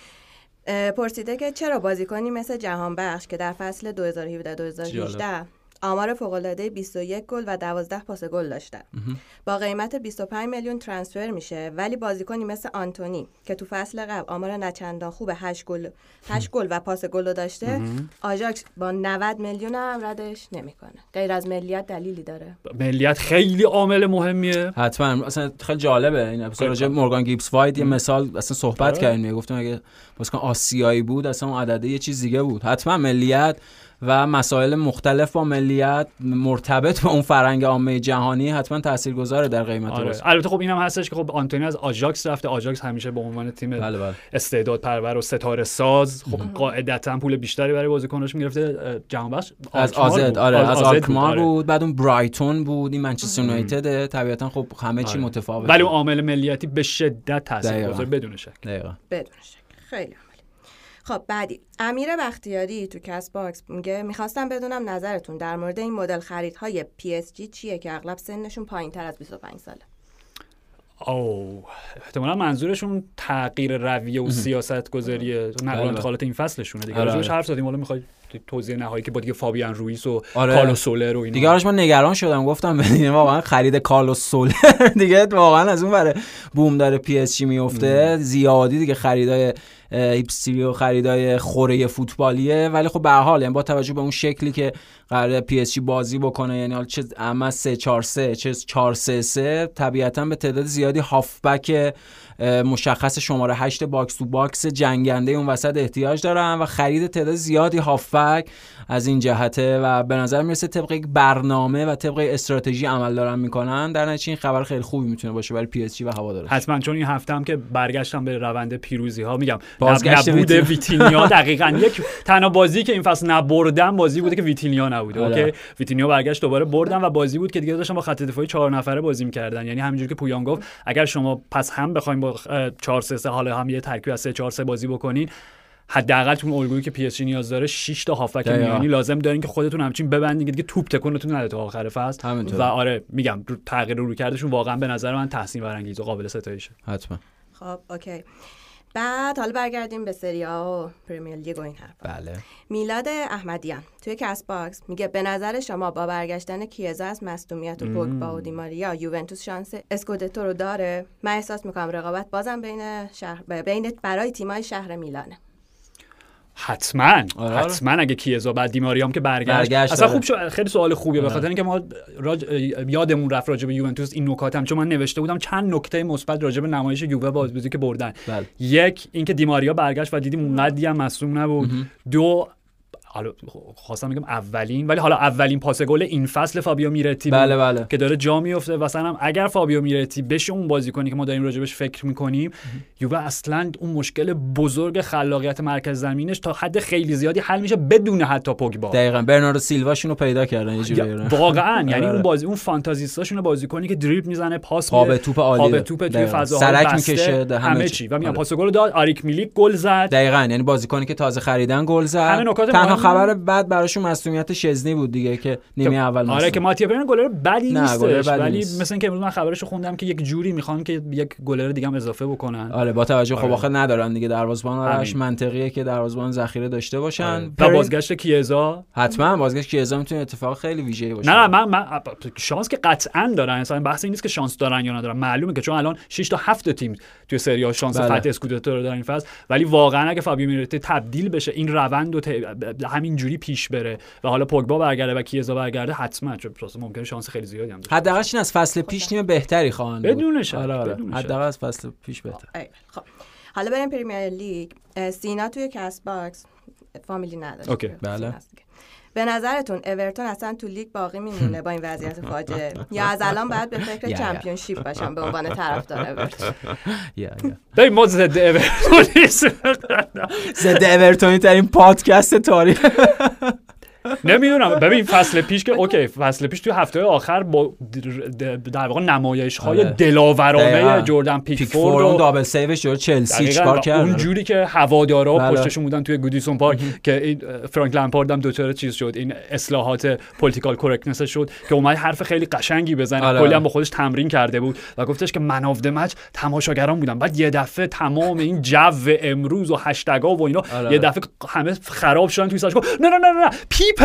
Speaker 3: پرسیده که چرا بازیکنی مثل جهانبخش که در فصل 2017-2018 آمار فوق‌العاده 21 گل و 12 پاس گل داشتن. با قیمت 25 میلیون ترانسفر میشه، ولی بازیکنی مثل آنتونی که تو فصل قبل آمار نچندان خوب 8 گل و پاس گل داشته، آژاکس با 90 میلیون هم ردش نمیکنه. غیر از ملیت دلیلی داره؟
Speaker 1: ملیت خیلی عامل مهمیه.
Speaker 2: حتما. اصلا خیلی جالبه این اپیزود راجع مورگان گیبس وایت یه مثال اصلا صحبت کردیم، گفتم اگه بازیکن آسیایی بود اصلا اون عدده یه چیز دیگه بود. حتما ملیت و مسائل مختلف با ملیت مرتبط با اون فرهنگ عامه جهانی حتما تاثیرگذاره در قیمت
Speaker 1: آره. البته خب اینم هستش که خب آنتونی از آژاکس رفته. آژاکس همیشه به عنوان تیم استعداد پرور و ستاره ساز خب قاعدتا پول بیشتری برای بازیکناش میگرفته. جهانبخش
Speaker 2: از آزد از آلکمار بود، بعد اون برایتون بود، این منچستر یونایتد. طبیعتا خب همه چی متفاوته،
Speaker 1: ولی اون عامل ملیتی به شدت تاثیرگذاره بدون شک.
Speaker 3: بدون شک. خیلی خب بعدی امیر بختیاری تو کست باکس میگه میخواستم بدونم نظرتون در مورد این مدل خریدهای PSG چیه که اغلب سنشون پایین‌تر از 25 ساله.
Speaker 1: احتمالاً منظورشون تغییر رویه و سیاست گذاری نقل و انتقالات این فصلشونه دیگه. راجعش حرف زدیم، حالا میخوای توضیح نهایی که با دیگه فابیان روئیس و کارلوس سولر و اینا
Speaker 2: دیگه. من نگران شدم، گفتم ببین واقعا خرید کارلوس سولر دیگه واقعا از اون بره بوم داره PSG میفته. زیادی دیگه خریدای هیپستری و خریدای خوره فوتبالیه، ولی خب به هر حال یعنی با توجه به اون شکلی که قراره PSG بازی بکنه، یعنی حالا چه اما 3-4-3 چه 4-3-3، طبیعتاً به تعداد زیادی هافبک مشخص شماره 8 باکس تو باکس جنگنده اون وسط احتیاج دارن و خرید تعداد زیادی هافبک از این جهته و به نظر میرسه طبق یک برنامه و طبق استراتژی عمل دارن میکنن. در نتیجه این خبر خیلی خوبی میتونه باشه برای PSG و هوادارش.
Speaker 1: حتما، چون این هفته هم که برگشتم به روند پیروزی ها، میگم نبود ویتینیا دقیقاً یک تنها بازی که این فصل نبردن بازی بوده که ویتینیا نبوده. اوکی، ویتینیا برگشت دوباره بردن و بازی بود که دیگه داشتن با خط دفاعی 4 نفره بازی می‌کردن. یعنی همینجوری که پویان گفت اگر شما پس هم بخواید با 4-3-3 حالا هم یه ترکیب از 3-4-3 بازی بکنین، حداقل تو اون الگویی که پی اس جی نیاز داره 6 تا هافبک میانی لازم دارین که خودتون همچین ببندین دیگه توپ تکونتون نده تا آخر فصل. و آره میگم تغییر رویکردشون واقعا به نظر من تحسین برانگیز و قابل ستایشه.
Speaker 2: حتما.
Speaker 3: خب اوکی، بعد حالا برگردیم به سری آ و پرمیر لیگ و این حرفا.
Speaker 2: بله.
Speaker 3: میلاد احمدیان توی کست باکس میگه به نظر شما با برگشتن کیزا از مصدومیت و پوگبا و دیماریا یوونتوس شانس اسکودتو رو داره؟ من احساس میکنم رقابت بازم بین برای تیمای شهر میلانه.
Speaker 1: حتما اگه کیزا بعد دیماریام که برگشت اصلا خوب شد. خیلی سوال خوبیه به خاطر اینکه ما یادمون رفت راجع به یوونتوس این نکاتم، چون من نوشته بودم چند نکته مثبت راجع به نمایش یووه بازی که بردن. یک اینکه دیماریا برگشت و دیدیم اونقدی هم مصدوم نبود. دو حالا خواستم بگم اولین پاس گل این فصل فابیو میرتی
Speaker 2: بله.
Speaker 1: که داره جا میفته. مثلا اگر فابیو میرتی بشه اون بازیکنی که ما داریم راجبش فکر میکنیم، یووه اصلا اون مشکل بزرگ خلاقیت مرکز زمینش تا حد خیلی زیادی حل میشه بدون حتی پوگبا.
Speaker 2: دقیقاً برناردو سیلواشونو پیدا کردن یه جوری
Speaker 1: واقعا. یعنی اون فانتزیستاشون بازیکنی که دریبل میزنه، پاس
Speaker 2: پا توپ عالیه،
Speaker 1: توی فضاها
Speaker 2: سرک میکشه،
Speaker 1: همه چی. و میگم پاس گل داد، آریک میلیک گل زد.
Speaker 2: دقیقاً یعنی بازیکنی که تازه خریدن گل زد. تنها خبر بعد براشون مصونیت شزنی بود دیگه که نیمه اول
Speaker 1: آره که ماتیا پرن گلر بدی نیستش، ولی مثلا اینکه امروز من خبرشو خوندم که یک جوری میخوان که یک گلر دیگه هم اضافه بکنن.
Speaker 2: آره با توجه خب آخه ندارن دیگه دروازه‌بان آرش، منطقیه که دروازه‌بان ذخیره داشته باشن.
Speaker 1: و بازگشت کیزا،
Speaker 2: حتما بازگشت کیزا میتونه اتفاق خیلی ویژه‌ای باشه.
Speaker 1: نه من شانس که قطعا دارن، اصلا بحث این نیست که شانس دارن یا ندارن. معلومه که چون الان 6 تا 7 تیم توی سری آ شانس فتح اسکودتو رو دارن این فصل، ولی واقعا اگه فابیو میرتی تبدیل بشه این روند و همین جوری پیش بره و حالا پوگبا برگرده و کیزا برگرده، حتما چون ممکنه شانس خیلی زیادی هم داشته.
Speaker 2: حداقل از فصل پیش تیم بهتری خواهند بود.
Speaker 1: بدون شک.
Speaker 2: حداقل از فصل پیش بهتر.
Speaker 3: خب حالا بریم پرمیر لیگ. سینا توی کست باکس فامیلی نداره.
Speaker 1: اوکی.
Speaker 2: بله.
Speaker 3: به نظرتون اورتون اصلا تو لیگ باقی میمونه با این وضعیت فاجعه یا از الان باید به فکر چمپیونشیپ باشم به عنوان طرفدار اورتون؟
Speaker 1: ببین ما ضد اورتونی
Speaker 2: ضد اورتونی ترین پادکست تاریخ.
Speaker 1: نمیدونم. ببین فصل پیش که اوکی، فصل پیش توی هفته آخر با در واقع نمایش‌های دلاورانه جردن پیکفورد و
Speaker 2: دابل سیوش جور چلسی چیکار کرد،
Speaker 1: اونجوری که هوادارا پشتشون بودن توی گودیسون پارک که این فرانک لمپارد هم دوچاره چیز شد، این اصلاحات پولیتیکال کرکتنس شد که اومد حرف خیلی قشنگی بزنه. کلی هم با خودش تمرین کرده بود و گفتش که من آف د مچ تماشاگران بودم. بعد یه دفعه تمام این جو امروز و هشتگ‌ها و اینا یه دفعه همه خراب شدن توی ساش. نه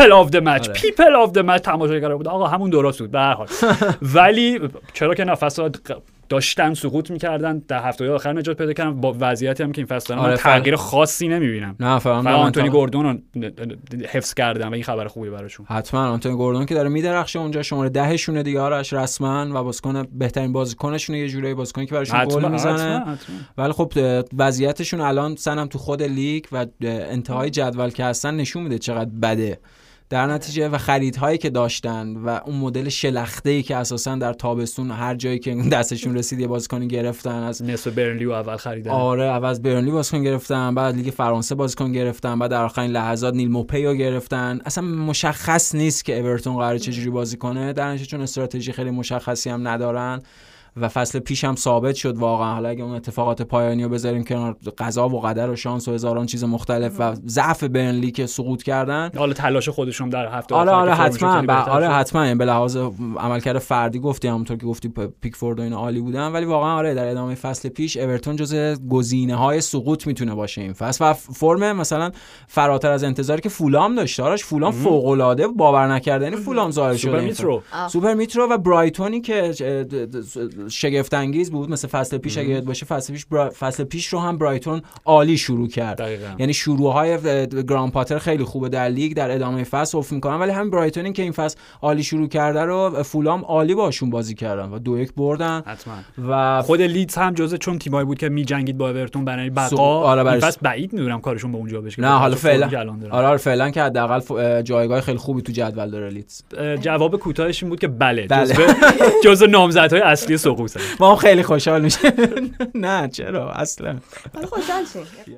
Speaker 1: پیپل آف د مچ پیپل آف د مچ تماشاگر بود. آقا همون درست بود به هر حال. ولی چرا که فساد داشتن سقوط می‌کردن در هفته آخر نجات پیدا کردن با وضعیتی هم که این فصل دارن. تغییر خاصی نمی‌بینم.
Speaker 2: نه فقط
Speaker 1: آنتونی گوردون رو حفظ کردن و این خبر خوبی براشون.
Speaker 2: حتما آنتونی گوردون که داره میدرخشه اونجا، شماره 10 شونه دیگه آرش رسما و بازیکن بهترین بازیکنشونه، یه جوری بازیکنی که براشون گل میزنه. ولی خب وضعیتشون الان سنم تو خود لیگ و انتهای جدول که هستن نشون میده چقدر بده در نتیجه. و خریدهایی که داشتن و اون مدل شلخته‌ای که اساسا در تابستون هر جایی که دستشون رسید یه بازیکن گرفتن، از
Speaker 1: نصف برنلی و اول خریدن.
Speaker 2: آره از برنلی بازیکن گرفتن، بعد لیگ فرانسه بازیکن گرفتن، بعد در آخرین لحظات نیل موپی رو گرفتن. اصلا مشخص نیست که اورتون قراره چه جوری بازی کنه، در نتیجه چون استراتژی خیلی مشخصی هم ندارن و فصل پیش هم ثابت شد واقعا. حالا اگه اون اتفاقات پایانی رو بذاریم کنار، قضا و قدر و شانس و هزاران چیز مختلف و ضعف برنلی که سقوط کردن،
Speaker 1: حالا تلاش خودشون در هفته
Speaker 2: آره حتما به لحاظ عملکرد فردی گفتی، همونطور که گفتی پیکفورد و اینا عالی بودن، ولی واقعا آره در ادامه فصل پیش اورتون جزو گزینه‌های سقوط میتونه باشه این فصل و فرم مثلا فراتر از انتظاری که فولام داشته. آرش فولام فوق‌العاده باور نکردنی فولام ظاهر شده. سوپر میترو و برایتونی که شگفت انگیز بود مثل فصل پیش اگه یاد باشه، فصل پیش رو هم برایتون عالی شروع کرد
Speaker 1: دقیقا.
Speaker 2: یعنی شروع‌های گران پاتر خیلی خوبه در لیگ، در ادامه فصل افت می‌کنن، ولی همین برایتونی که این فصل عالی شروع کرده رو فولام عالی باشون بازی کردن و 2-1 بردن
Speaker 1: حتما.
Speaker 2: و
Speaker 1: خود لیدز هم جزء چون تیمایی بود که می‌جنگید با اورتون برای بقا. این فصل بعید می‌دونم کارشون به اونجا بشه.
Speaker 2: نه حالا فعلا که حداقل جایگاه خیلی خوبی تو جدول داره لیدز.
Speaker 1: جواب کوتاهش این بود که بله. جزء نامزدهای اصلی سقوط.
Speaker 2: ما هم خیلی خوشحال میشه. نه چرا اصلا
Speaker 3: خوشحال شیم.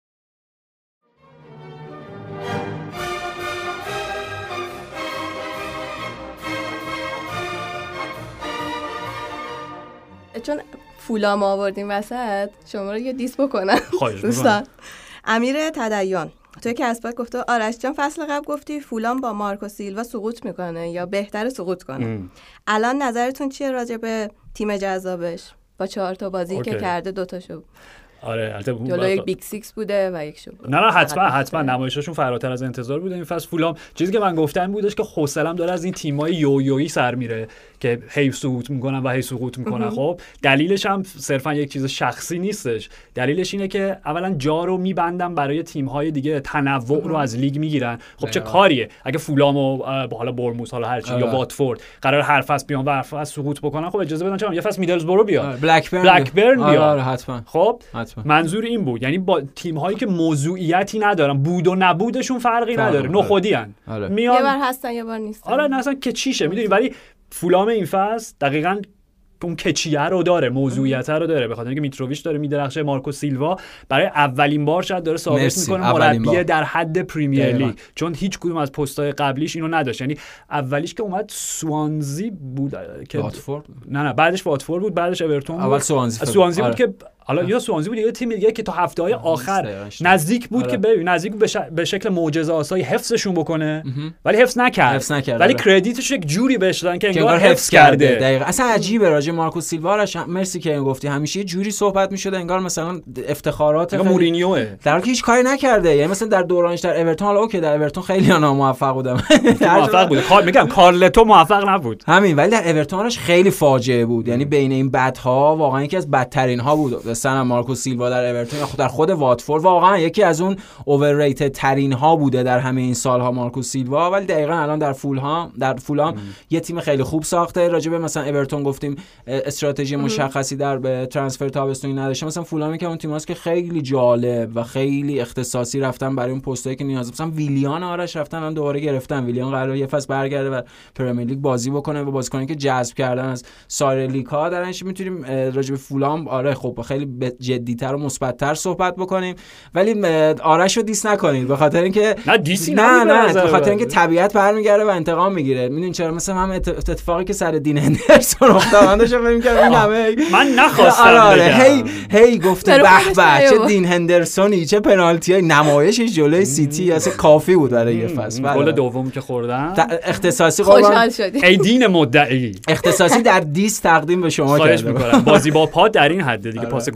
Speaker 3: چون فولام آوردیم وسط، شما رو یه دیس بکنم دوستان. امیر تدیان توی کسبت گفته آرش جان فصل قبل گفتی فولام با مارکو سیلوا سقوط میکنه یا بهتره سقوط کنه. الان نظرتون چیه راجع به تیم جذابش با 4 تا بازی که کرده 2 تاشو؟
Speaker 1: آره البته
Speaker 3: جلو یک بیگ 6 بوده و یک شو.
Speaker 1: نه حتما نمایششون فراتر از انتظار بوده این فصل. فولام چیزی که من گفتم بودش که حوصله‌ام داره از این تیمای یویویی سر میره که هی سقوط میکنن و هی سقوط میکنن. خب دلیلش هم صرفا یک چیز شخصی نیستش، دلیلش اینه که اولا جا رو میبندن برای تیم‌های دیگه، تنوع رو از لیگ میگیرن. خب چه کاریه اگه فولام و حالا برموس حالا هر چی یا واتفورد قرار هر فصل بیان و هر فصل سقوط بکنن، خب اجازه بدن چرا یه فصل میدلزبرو بیاد، بلکبرن بیاد.
Speaker 2: حتما.
Speaker 1: خب منظور این بود، یعنی با تیم‌هایی که موضوعیتی ندارن، بود و نبودشون فرقی نداره، نخودیان
Speaker 3: میان یه بار هستن یه بار نیستن.
Speaker 1: آره اصلا که چیشه میدونی. ولی فولام این فصل دقیقاً اون کچیه رو داره، موضوعیت رو داره، به خاطر اینکه میتروویچ داره میدرخشه، مارکو سیلوا برای اولین بار شاید داره ثابت میکنه مربی در حد پریمیر لیگ، چون هیچ کدوم از پست‌های قبلیش اینو نداشت. یعنی اولیش که اومد سوانزی بود که
Speaker 2: واتفورد،
Speaker 1: نه بعدش واتفورد بود، بعدش اورتون بود،
Speaker 2: اول سوانزی
Speaker 1: بود که حالا یا سوانزی بود یا تیم دیگه که تا هفته‌های آخر نزدیک بود که ببین نزدیک به شکل معجزه‌آسایی حفظشون بکنه، ولی حفظ نکرد. ولی کردیتش یک جوری بهش دادن که انگار حفظ کرده.
Speaker 2: دقیقاً اصلا عجیبه راجع مارکو سیلوا. مرسی که گفتی، همیشه یه جوری صحبت می‌شد انگار مثلا افتخارات
Speaker 1: مورینیوه،
Speaker 2: در حالی که هیچ کاری نکرده. یعنی مثلا در دورانش در اورتون، حالا اوکی در اورتون خیلی ناموفق بودم،
Speaker 1: موفق بود، میگم کارلتو موفق نبود
Speaker 2: همین، ولی در اورتونش خیلی فاجعه بود. یعنی بین این بدها واقعا یکی از بدترین ها بود. مثلا مارکو سیلوا در اورتون یا در خود واتفورد واقعا یکی از اون اورریتد ترین ها بوده در همه این سالها مارکو سیلوا. ولی دقیقاً الان در فولام یه تیم خیلی خوب ساخته. راجع به مثلا اورتون گفتیم استراتژی مشخصی در ترانسفر تابستونی نداشته، مثلا فولامی که اون تیماست که خیلی جالب و خیلی اختصاصی رفتن برای اون پستایی که نیاز، مثلا ویلیان آرش رفتن الان دوباره گرفتن. ویلیان قراره یه فصل برگرده و پرمیر لیگ بازی بکنه و بازیکنی که جذب کردن از سایر لیگ‌ها. درنش میتونیم راجع به فولام آره خب خیلی جدی‌تر و مثبت‌تر صحبت بکنیم، ولی آرش رو دیس نکنید به خاطر اینکه نه به خاطر اینکه طبیعت برمیگره و انتقام میگیره. میدونین چرا؟ مثلا هم اتفاقی که سر دین هندرسون افتاد، من داشتم فکر می‌کردم این همه
Speaker 1: من نخواستم
Speaker 2: هی گفته به به چه دین هندرسونی، چه پنالتیای نمایشش جلوی سیتی اصلا کافی بود برای یه فصل.
Speaker 1: گل دوم که خوردن
Speaker 2: اختصاصی
Speaker 3: خوشحال شدی
Speaker 1: ای دین مدعی
Speaker 2: اختصاصی در دیس تقدیم به شما
Speaker 1: کردم. بازی با پا در این حد دیگه، پاس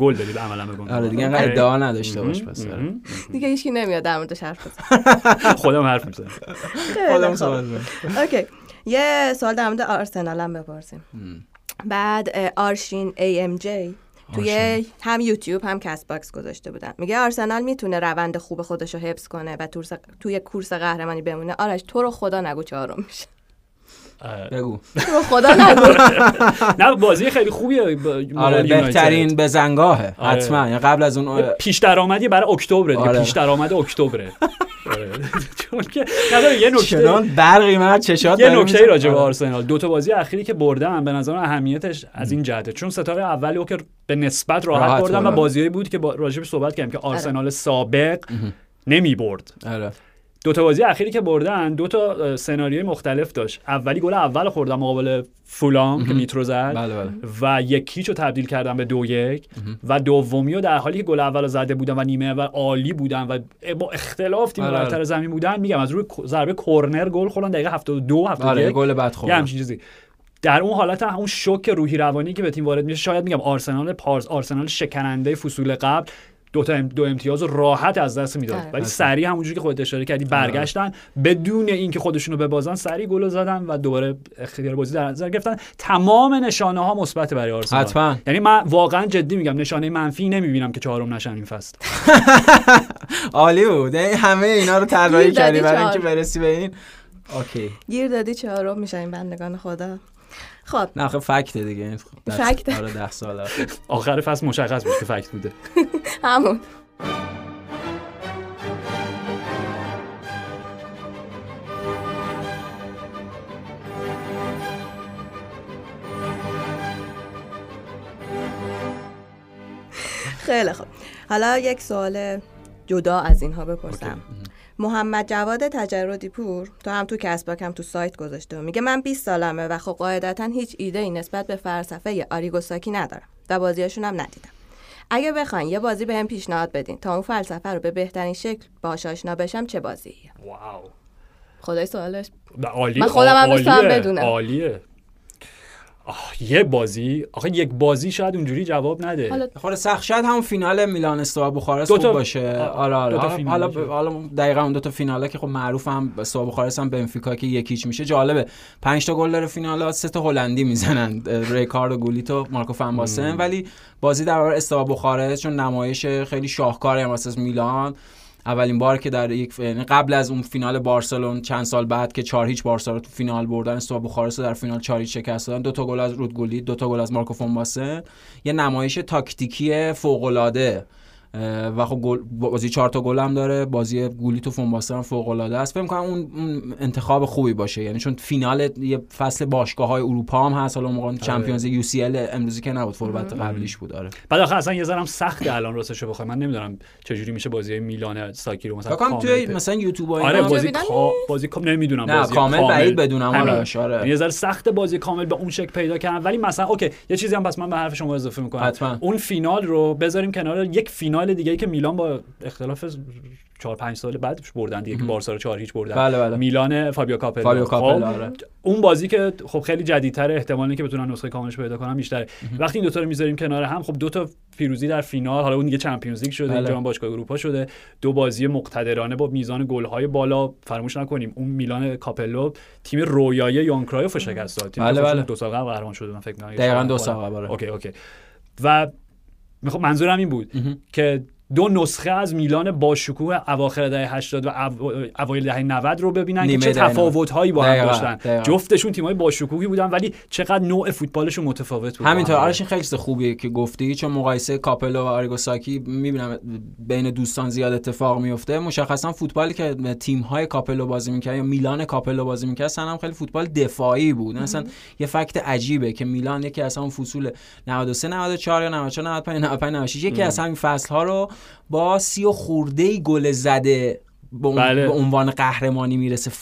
Speaker 1: گل دادی عملا به گل.
Speaker 2: آره دیگه انقدر ادعا نداشته باش پس.
Speaker 3: دیگه هیچکی نمیاد در موردش حرف بزنه.
Speaker 1: خودم حرف میزنم.
Speaker 2: خودم سوال
Speaker 3: اوکی. یه سوال در مورد آرسنال هم بپرسیم. بعد آرشین AMJ توی هم یوتیوب هم کست باکس گذاشته بودن. میگه آرسنال میتونه روند خوب خودش رو حفظ کنه و توی کورس قهرمانی بمونه. آرش تو رو خدا نگو چهارم میشه.
Speaker 2: بگو
Speaker 3: تو رو خدا نگو.
Speaker 1: نه بازی خیلی خوبیه.
Speaker 2: آره بهترین بزنگاهه حتما. یعنی قبل از اون
Speaker 1: پیش درآمدی برای اکتبر دیگه. پیش درآمد اکتبر. چون که یه نکته
Speaker 2: برقی من چشات
Speaker 1: یه نکته راجع به آرسنال، دو تا بازی اخیری که بردن به نظر من اهمیتش از این جهته چون ستاره اولی که به نسبت راحت بردن و بازیایی بود که راجع به صحبت کردیم که آرسنال سابق نمی‌برد.
Speaker 2: آره.
Speaker 1: دو تا بازی اخیری که بردن دو تا سناریوی مختلف داشت. اولی گل اول خوردن مقابل فولام که میترو زد و 1-0 رو تبدیل کردن به 2-1 و دومی رو در حالی که گل اول زده بودن و نیمه اول عالی بودن و با اختلاف تیم برتر زمین بودن، میگم از روی ضربه کرنر گل خوردن دقیقه 72 71
Speaker 2: گل بعد خوردن.
Speaker 1: همین چیزی. در اون حالت اون شوک روحی روانی که به تیم وارد میشه، شاید میگم آرسنال شکننده فصول قبل دو امتیاز رو راحت از دست میداد، ولی سریع همونجوری که خودت اشاره کردی برگشتن بدون اینکه خودشونو ببازن، سریع گل زدن و دوباره اختیار بازی در نظر گرفتن. تمام نشانه ها مثبت برای آرسنال.
Speaker 2: حتما.
Speaker 1: یعنی من واقعا جدی میگم نشانه منفی نمیبینم که چهارم نشن این فصل.
Speaker 2: عالی بود. همه اینا رو طراحی کردی برای اینکه برسی به این. اوکی.
Speaker 3: گیر دادی چهارم میشن این بندگان خدا. خب
Speaker 2: نه آخه فکته دیگه.
Speaker 3: فکت.
Speaker 2: آره 10 سال
Speaker 1: آخر فصل مشخص بود که فکت بوده.
Speaker 3: همون. خیلی خوب. حالا یک سوال جدا از اینها بپرسم. محمد جواد تجردی پور تو هم تو کسب باک هم تو سایت گذاشته و میگه من 20 سالمه و خب قاعدتا هیچ ایده‌ای نسبت به فلسفه آریگوساکی ندارم و بازیاشون هم ندیدم. اگه بخواین یه بازی بهم پیشنهاد بدین تا اون فلسفه رو به بهترین شکل باهاش آشنا بشم چه بازیه؟
Speaker 1: واو.
Speaker 3: خدای سوالش
Speaker 1: عالی.
Speaker 3: من خودم هم دوست دارم بدونم.
Speaker 1: عالیه. یه بازی یک بازی شاید اونجوری جواب نده.
Speaker 2: خود سخت شاید همون فینال میلان استوا بوخارست خوب باشه. آره حالا دقیقاً اون دو تا فیناله که خب معروف هم استوا بوخارست هم بنفیکا که 1-0 میشه. جالبه 5 تا گل داره فینالا، 3 تا هلندی میزنن، ریکاردو گولیت و مارکو فن باسن. ولی بازی در برابر استوا بوخارست چون نمایش خیلی شاهکاری واسه میلان، اولین بار که در یک قبل از اون فینال بارسلون چند سال بعد که 4-0 بارسا رو تو فینال بردن، استوا بوخارست در فینال 4-0 شکست دادن. 2 تا گل از رودگولی، 2 تا گل از مارکو فون باسن. یه نمایش تاکتیکی فوق العاده و خب بازی 4 تا گل هم داره. بازی گولی تو فون باسن فوق العاده است. فکر می‌کنم اون انتخاب خوبی باشه، یعنی چون فینال یه فصل باشگاه‌های اروپا هم هست. حالا موقع چمپیونز لیگ UCL امروزی که نبود، فوربت قبلیش بود. آره
Speaker 1: بعد آخه اصلا یه ذرم سخته الان راستش بخوام. من نمیدونم چجوری میشه بازی میلان ساکی رو مثلا
Speaker 2: کامل توی مثلا یوتیوب و
Speaker 1: آره بازی نمیدونم
Speaker 2: بازی کامل بعید بدونم. آره
Speaker 1: یه ذره سخته بازی کامل به اون شکل پیدا کردن. ولی مثلا اوکی یه چیزی هم پس من به حرف شما اضافه می‌کنم. اون فینال رو بذاریم کنار یک فینال دیگه‌ای که میلان با اختلاف 4-5 سال بعدش بردن دیگه که بارسا رو 4-0 بردن.
Speaker 2: بله.
Speaker 1: میلان فابیو کاپل.
Speaker 2: آره.
Speaker 1: اون بازی که خب خیلی جدیدتره، احتمالی که بتونن نسخه کاملش پیدا کنن بیشتره. وقتی این دو تا رو میذاریم کنار هم، خب 2 تا پیروزی در فینال، حالا اون دیگه چمپیونز لیگ شده، جام باشگاه اروپا شده، 2 بازی مقتدرانه با میزان گل‌های بالا. فراموش نکنیم اون میلان کاپلو تیم رویای یوان کرایف شکست داد. تیم که 2 سال قبل قهرمان شده من فکر می‌کنم.
Speaker 2: دقیقاً 2 سال قبل.
Speaker 1: اوکی. و منظورم این بود که 2 نسخه از میلان با شکوه اواخر دهه 80 و اوایل دهه 90 رو ببینن که چه تفاوت‌هایی با هم داشتن. جفتشون تیم‌های با شکوهی بودن ولی چقدر نوع فوتبالشون متفاوت بود.
Speaker 2: همینطور آرش این خیلی خوبیه که گفتی، چون مقایسه کاپلو و آریگوساکی می‌بینم بین دوستان زیاد اتفاق میفته. مشخصا فوتبالی که تیم‌های کاپلو بازی می‌کردن یا میلان کاپلو بازی می‌کردن هم خیلی فوتبال دفاعی بود. مثلا یه فکت عجیبه که میلان یکی از اون فصول 93 94 یا 94 95 95 96 یکی از همین فصل‌ها رو با 30 خورده گل زده به عنوان قهرمانی میرسه. فکت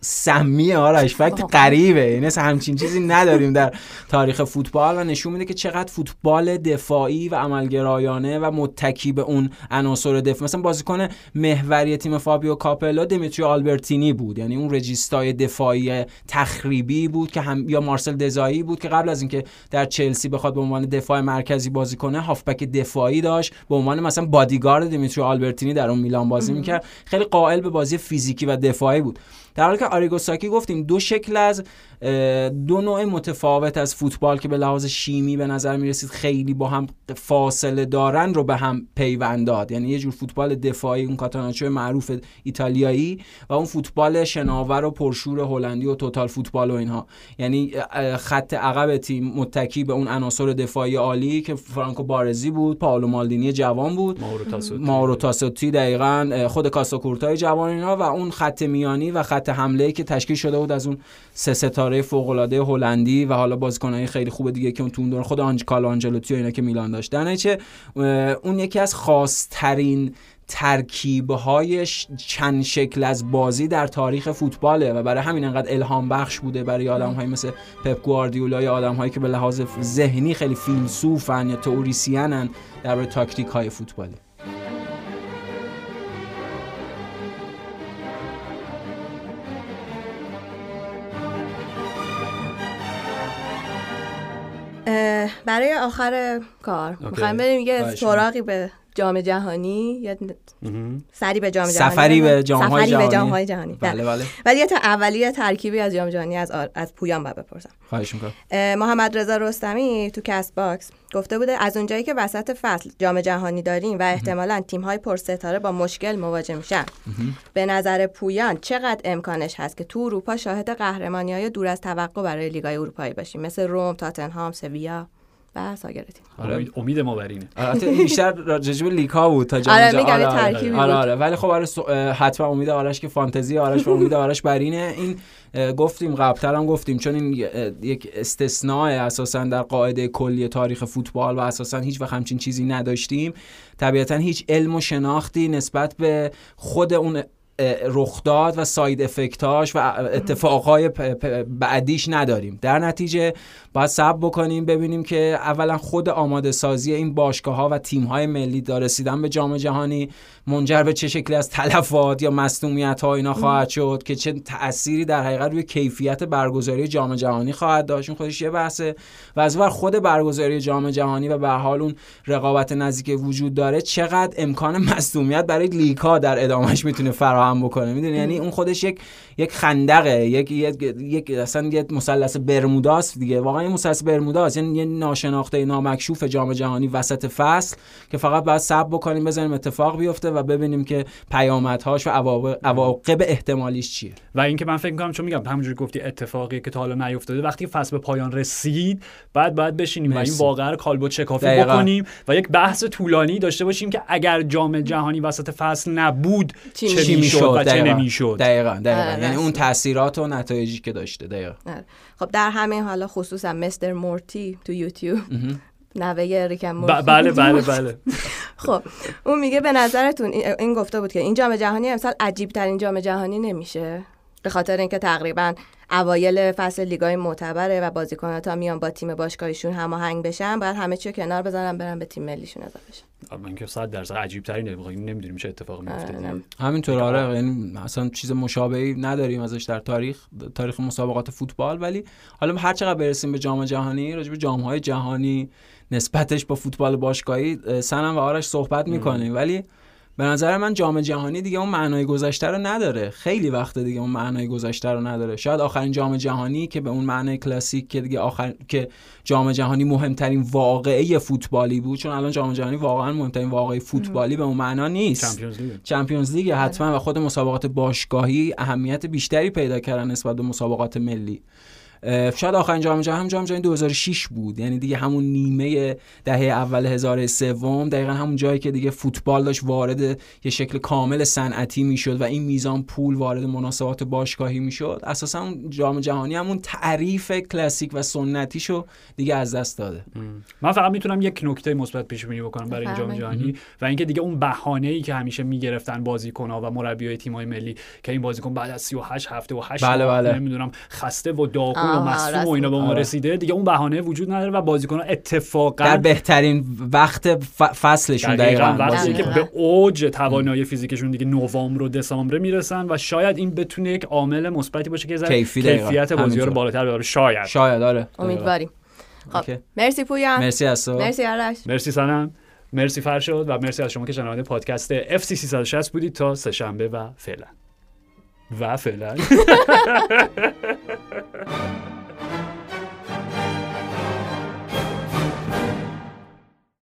Speaker 2: سمیه آرش، فکت غریبه، یعنی همچین چیزی نداریم در تاریخ فوتبال و نشون میده که چقدر فوتبال دفاعی و عملگرایانه و متکی به اون عناصر دفاعی. مثلا بازیکن محوری تیم فابیو کاپلا دیمیتریو آلبرتینی بود، یعنی اون رجیستای دفاعی تخریبی بود که هم، یا مارسل دزایی بود که قبل از اینکه در چلسی بخواد به عنوان دفاع مرکزی بازی کنه هافبک دفاعی داشت به عنوان مثلا بادیگارد دیمیتریو آلبرتینی در اون میلان بازی میکرد. خیلی قائل به بازی فیزیکی و دفاعی بود. در حالی که آریگو ساکی گفتیم دو شکل از دو نوع متفاوت از فوتبال که به لحاظ شیمی به نظر میرسید خیلی با هم فاصله دارن رو به هم پیوند داد. یعنی یه جور فوتبال دفاعی اون کاتاناچو معروف ایتالیایی و اون فوتبال شناور و پرشور هلندی و توتال فوتبال و اینها. یعنی خط عقب تیم متکی به اون عناصر دفاعی عالی که فرانکو بارزی بود، پائولو مالدینی جوان بود، ماورو تاسوتی دقیقاً، خود کاساکورتای جوان اینها، و اون خط میانی و خط حمله‌ای که تشکیل شده بود از اون سه ستاره فوق‌العاده هلندی و حالا بازیکن‌های خیلی خوب دیگه که اون تو اون دوران خود کارلو آنجلوتی و اینا که میلان داشت. در نتیجه اون یکی از خاص‌ترین ترکیب‌های چند شکل از بازی در تاریخ فوتباله و برای همین انقدر الهام بخش بوده برای آدم‌هایی مثل پپ گواردیولا یا آدم‌هایی که به لحاظ ذهنی خیلی فیلسوفن یا تئوریسینن درباره تاکتیک‌های فوتبالی.
Speaker 3: برای آخر کار میخوایم بریم یه سراغی به جام جهانی یا سری به جام جهانی،
Speaker 2: سفری به جام‌های
Speaker 3: جهانی.
Speaker 2: بله.
Speaker 3: ولی اولیه ترکیبی از جام جهانی از پویان بعد بپرسم.
Speaker 2: خواهش می‌کنم.
Speaker 3: محمد رضا رستمی تو کست باکس گفته بوده از اونجایی که وسط فصل جام جهانی داریم و احتمالاً تیم‌های پرستاره با مشکل مواجه میشن، به نظر پویان چقدر امکانش هست که تو اروپا شاهد قهرمانی‌های دور از توقع برای لیگ‌های اروپایی باشیم، مثل روم، تاتنهام، سویا و سایر تیم؟
Speaker 1: امید ما بر اینه.
Speaker 2: البته بیشتر راجع به لیگ ها بود تا جام جهانی.
Speaker 3: میگم ترکیبی بود.
Speaker 2: ولی خب حتما امید آرش که فانتزی آرش و امید آرش بر اینه. این گفتیم قبل‌تر هم گفتیم چون این یک استثناء اساسا در قاعده کلی تاریخ فوتبال و اساسا هیچ وقت همچین چیزی نداشتیم. طبیعتا هیچ علم و شناختی نسبت به خود اون رخداد و ساید افکتاش و اتفاقهای بعدیش نداریم. در نتیجه باید صبر بکنیم ببینیم که اولا خود آماده سازی این باشگاه‌ها و تیم‌های ملی تا رسیدن به جام جهانی منجر به چه شکلی از تلفات یا مصدومیت‌ها اینا خواهد شد که چه تأثیری در حقیقت روی کیفیت برگزاری جام جهانی خواهد داشت. این خودش یه بحثه. و از اون خود برگزاری جام جهانی و به هر حال اون رقابت نزدیک وجود داره چقدر امکان مصدومیت برای لیگ‌ها در ادامهش میتونه فراهم بکنه. میدونی یعنی اون خودش یک خندقه، یک اصلا یک مثلث برموداست دیگه. واقعا این مثلث برموداست، یعنی یه ناشناخته نامکشوف جام جهانی وسط فصل که فقط باید صبر بکنیم بذاریم اتفاق بیفته و ببینیم که پیامدهاش و عواقب احتمالیش چیه.
Speaker 1: و اینکه من فکر می‌کنم چون میگم همونجوری گفتی اتفاقی که تا حالا نیفتاده، وقتی فصل به پایان رسید باید بشینیم و این واقعا رو کالبد شکافی بکنیم و یک بحث طولانی داشته باشیم که اگر جام جهانی وسط فصل نبود چی میشد و چه نمیشد.
Speaker 2: دقیقاً. یعنی اون تاثیرات و نتایجی که داشته. دقیقاً.
Speaker 3: خب در همین حالا خصوصا مستر مورتی تو یوتیوب نوه ریکن مورتی.
Speaker 1: بله.
Speaker 3: خب اون میگه به نظرتون این گفته بود که این جام جهانی امسال عجیب ترین جام جهانی نمیشه به خاطر اینکه تقریبا اوایل فصل لیگای معتبره و بازیکن‌ها تا میان با تیم باشگاهیشون هماهنگ بشن باید همه چی رو کنار بذارن برن به تیم ملیشون اضافه بشن.
Speaker 1: من که 100% عجیب ترین نمیدونیم چه اتفاقی میفته.
Speaker 2: همینطور آره، یعنی اصلا چیز مشابهی نداریم ازش در تاریخ مسابقات فوتبال. ولی حالا هر چقدر برسیم به جام جهانی راجع به جام‌های جهانی نسبتش با فوتبال باشگاهی سنم و آرش صحبت می‌کنیم، ولی به نظر من جام جهانی دیگه اون معنای گذشته رو نداره. خیلی وقت دیگه اون معنای گذشته رو نداره. شاید آخرین جام جهانی که به اون معنای کلاسیک که دیگه که جام جهانی مهمترین واقعه فوتبالی بود، چون الان جام جهانی واقعا مهمترین واقعه فوتبالی به اون معنا نیست. چمپیونز لیگ حتما و خود مسابقات باشگاهی اهمیت بیشتری پیدا کردن نسبت به مسابقات ملی. شاید آخرین جام جهانی 2006 بود، یعنی دیگه همون نیمه دهه اول هزاره سوم، دقیقاً همون جایی که دیگه فوتبال داشت وارد یه شکل کامل صنعتی میشد و این میزان پول وارد مناسبات باشگاهی میشد. اساسا اون جام جهانی همون تعریف کلاسیک و سنتیشو دیگه از دست داده.
Speaker 1: من فقط میتونم یک نکته مثبت پیش بینی بکنم برای این جام جهانی و اینکه دیگه اون بهانه‌ای که همیشه میگرفتن بازیکن‌ها و مربیای تیم‌های ملی که این بازیکن بعد از 38 هفته و 8 ماه نمیدونم خسته و داغون و مصدوم و اینا به ما رسیده، دیگه اون بهانه وجود نداره و بازیکن‌ها اتفاقا
Speaker 2: در بهترین وقت فصلشون دقیقاً
Speaker 1: وقتی که به اوج توانایی فیزیکشون دیگه نوامبر و دسامبر میرسن و شاید این بتونه یک عامل مثبتی باشه که کیفیت بازی‌ها رو بالاتر ببره. شاید
Speaker 2: آره
Speaker 3: امیدواریم. خب مرسی پویان،
Speaker 2: مرسی اسو،
Speaker 3: مرسی آرش،
Speaker 1: مرسی سنم، مرسی فرشاد و مرسی از شما که شنونده پادکست FC 360 بودید تا سه شنبه و فعلا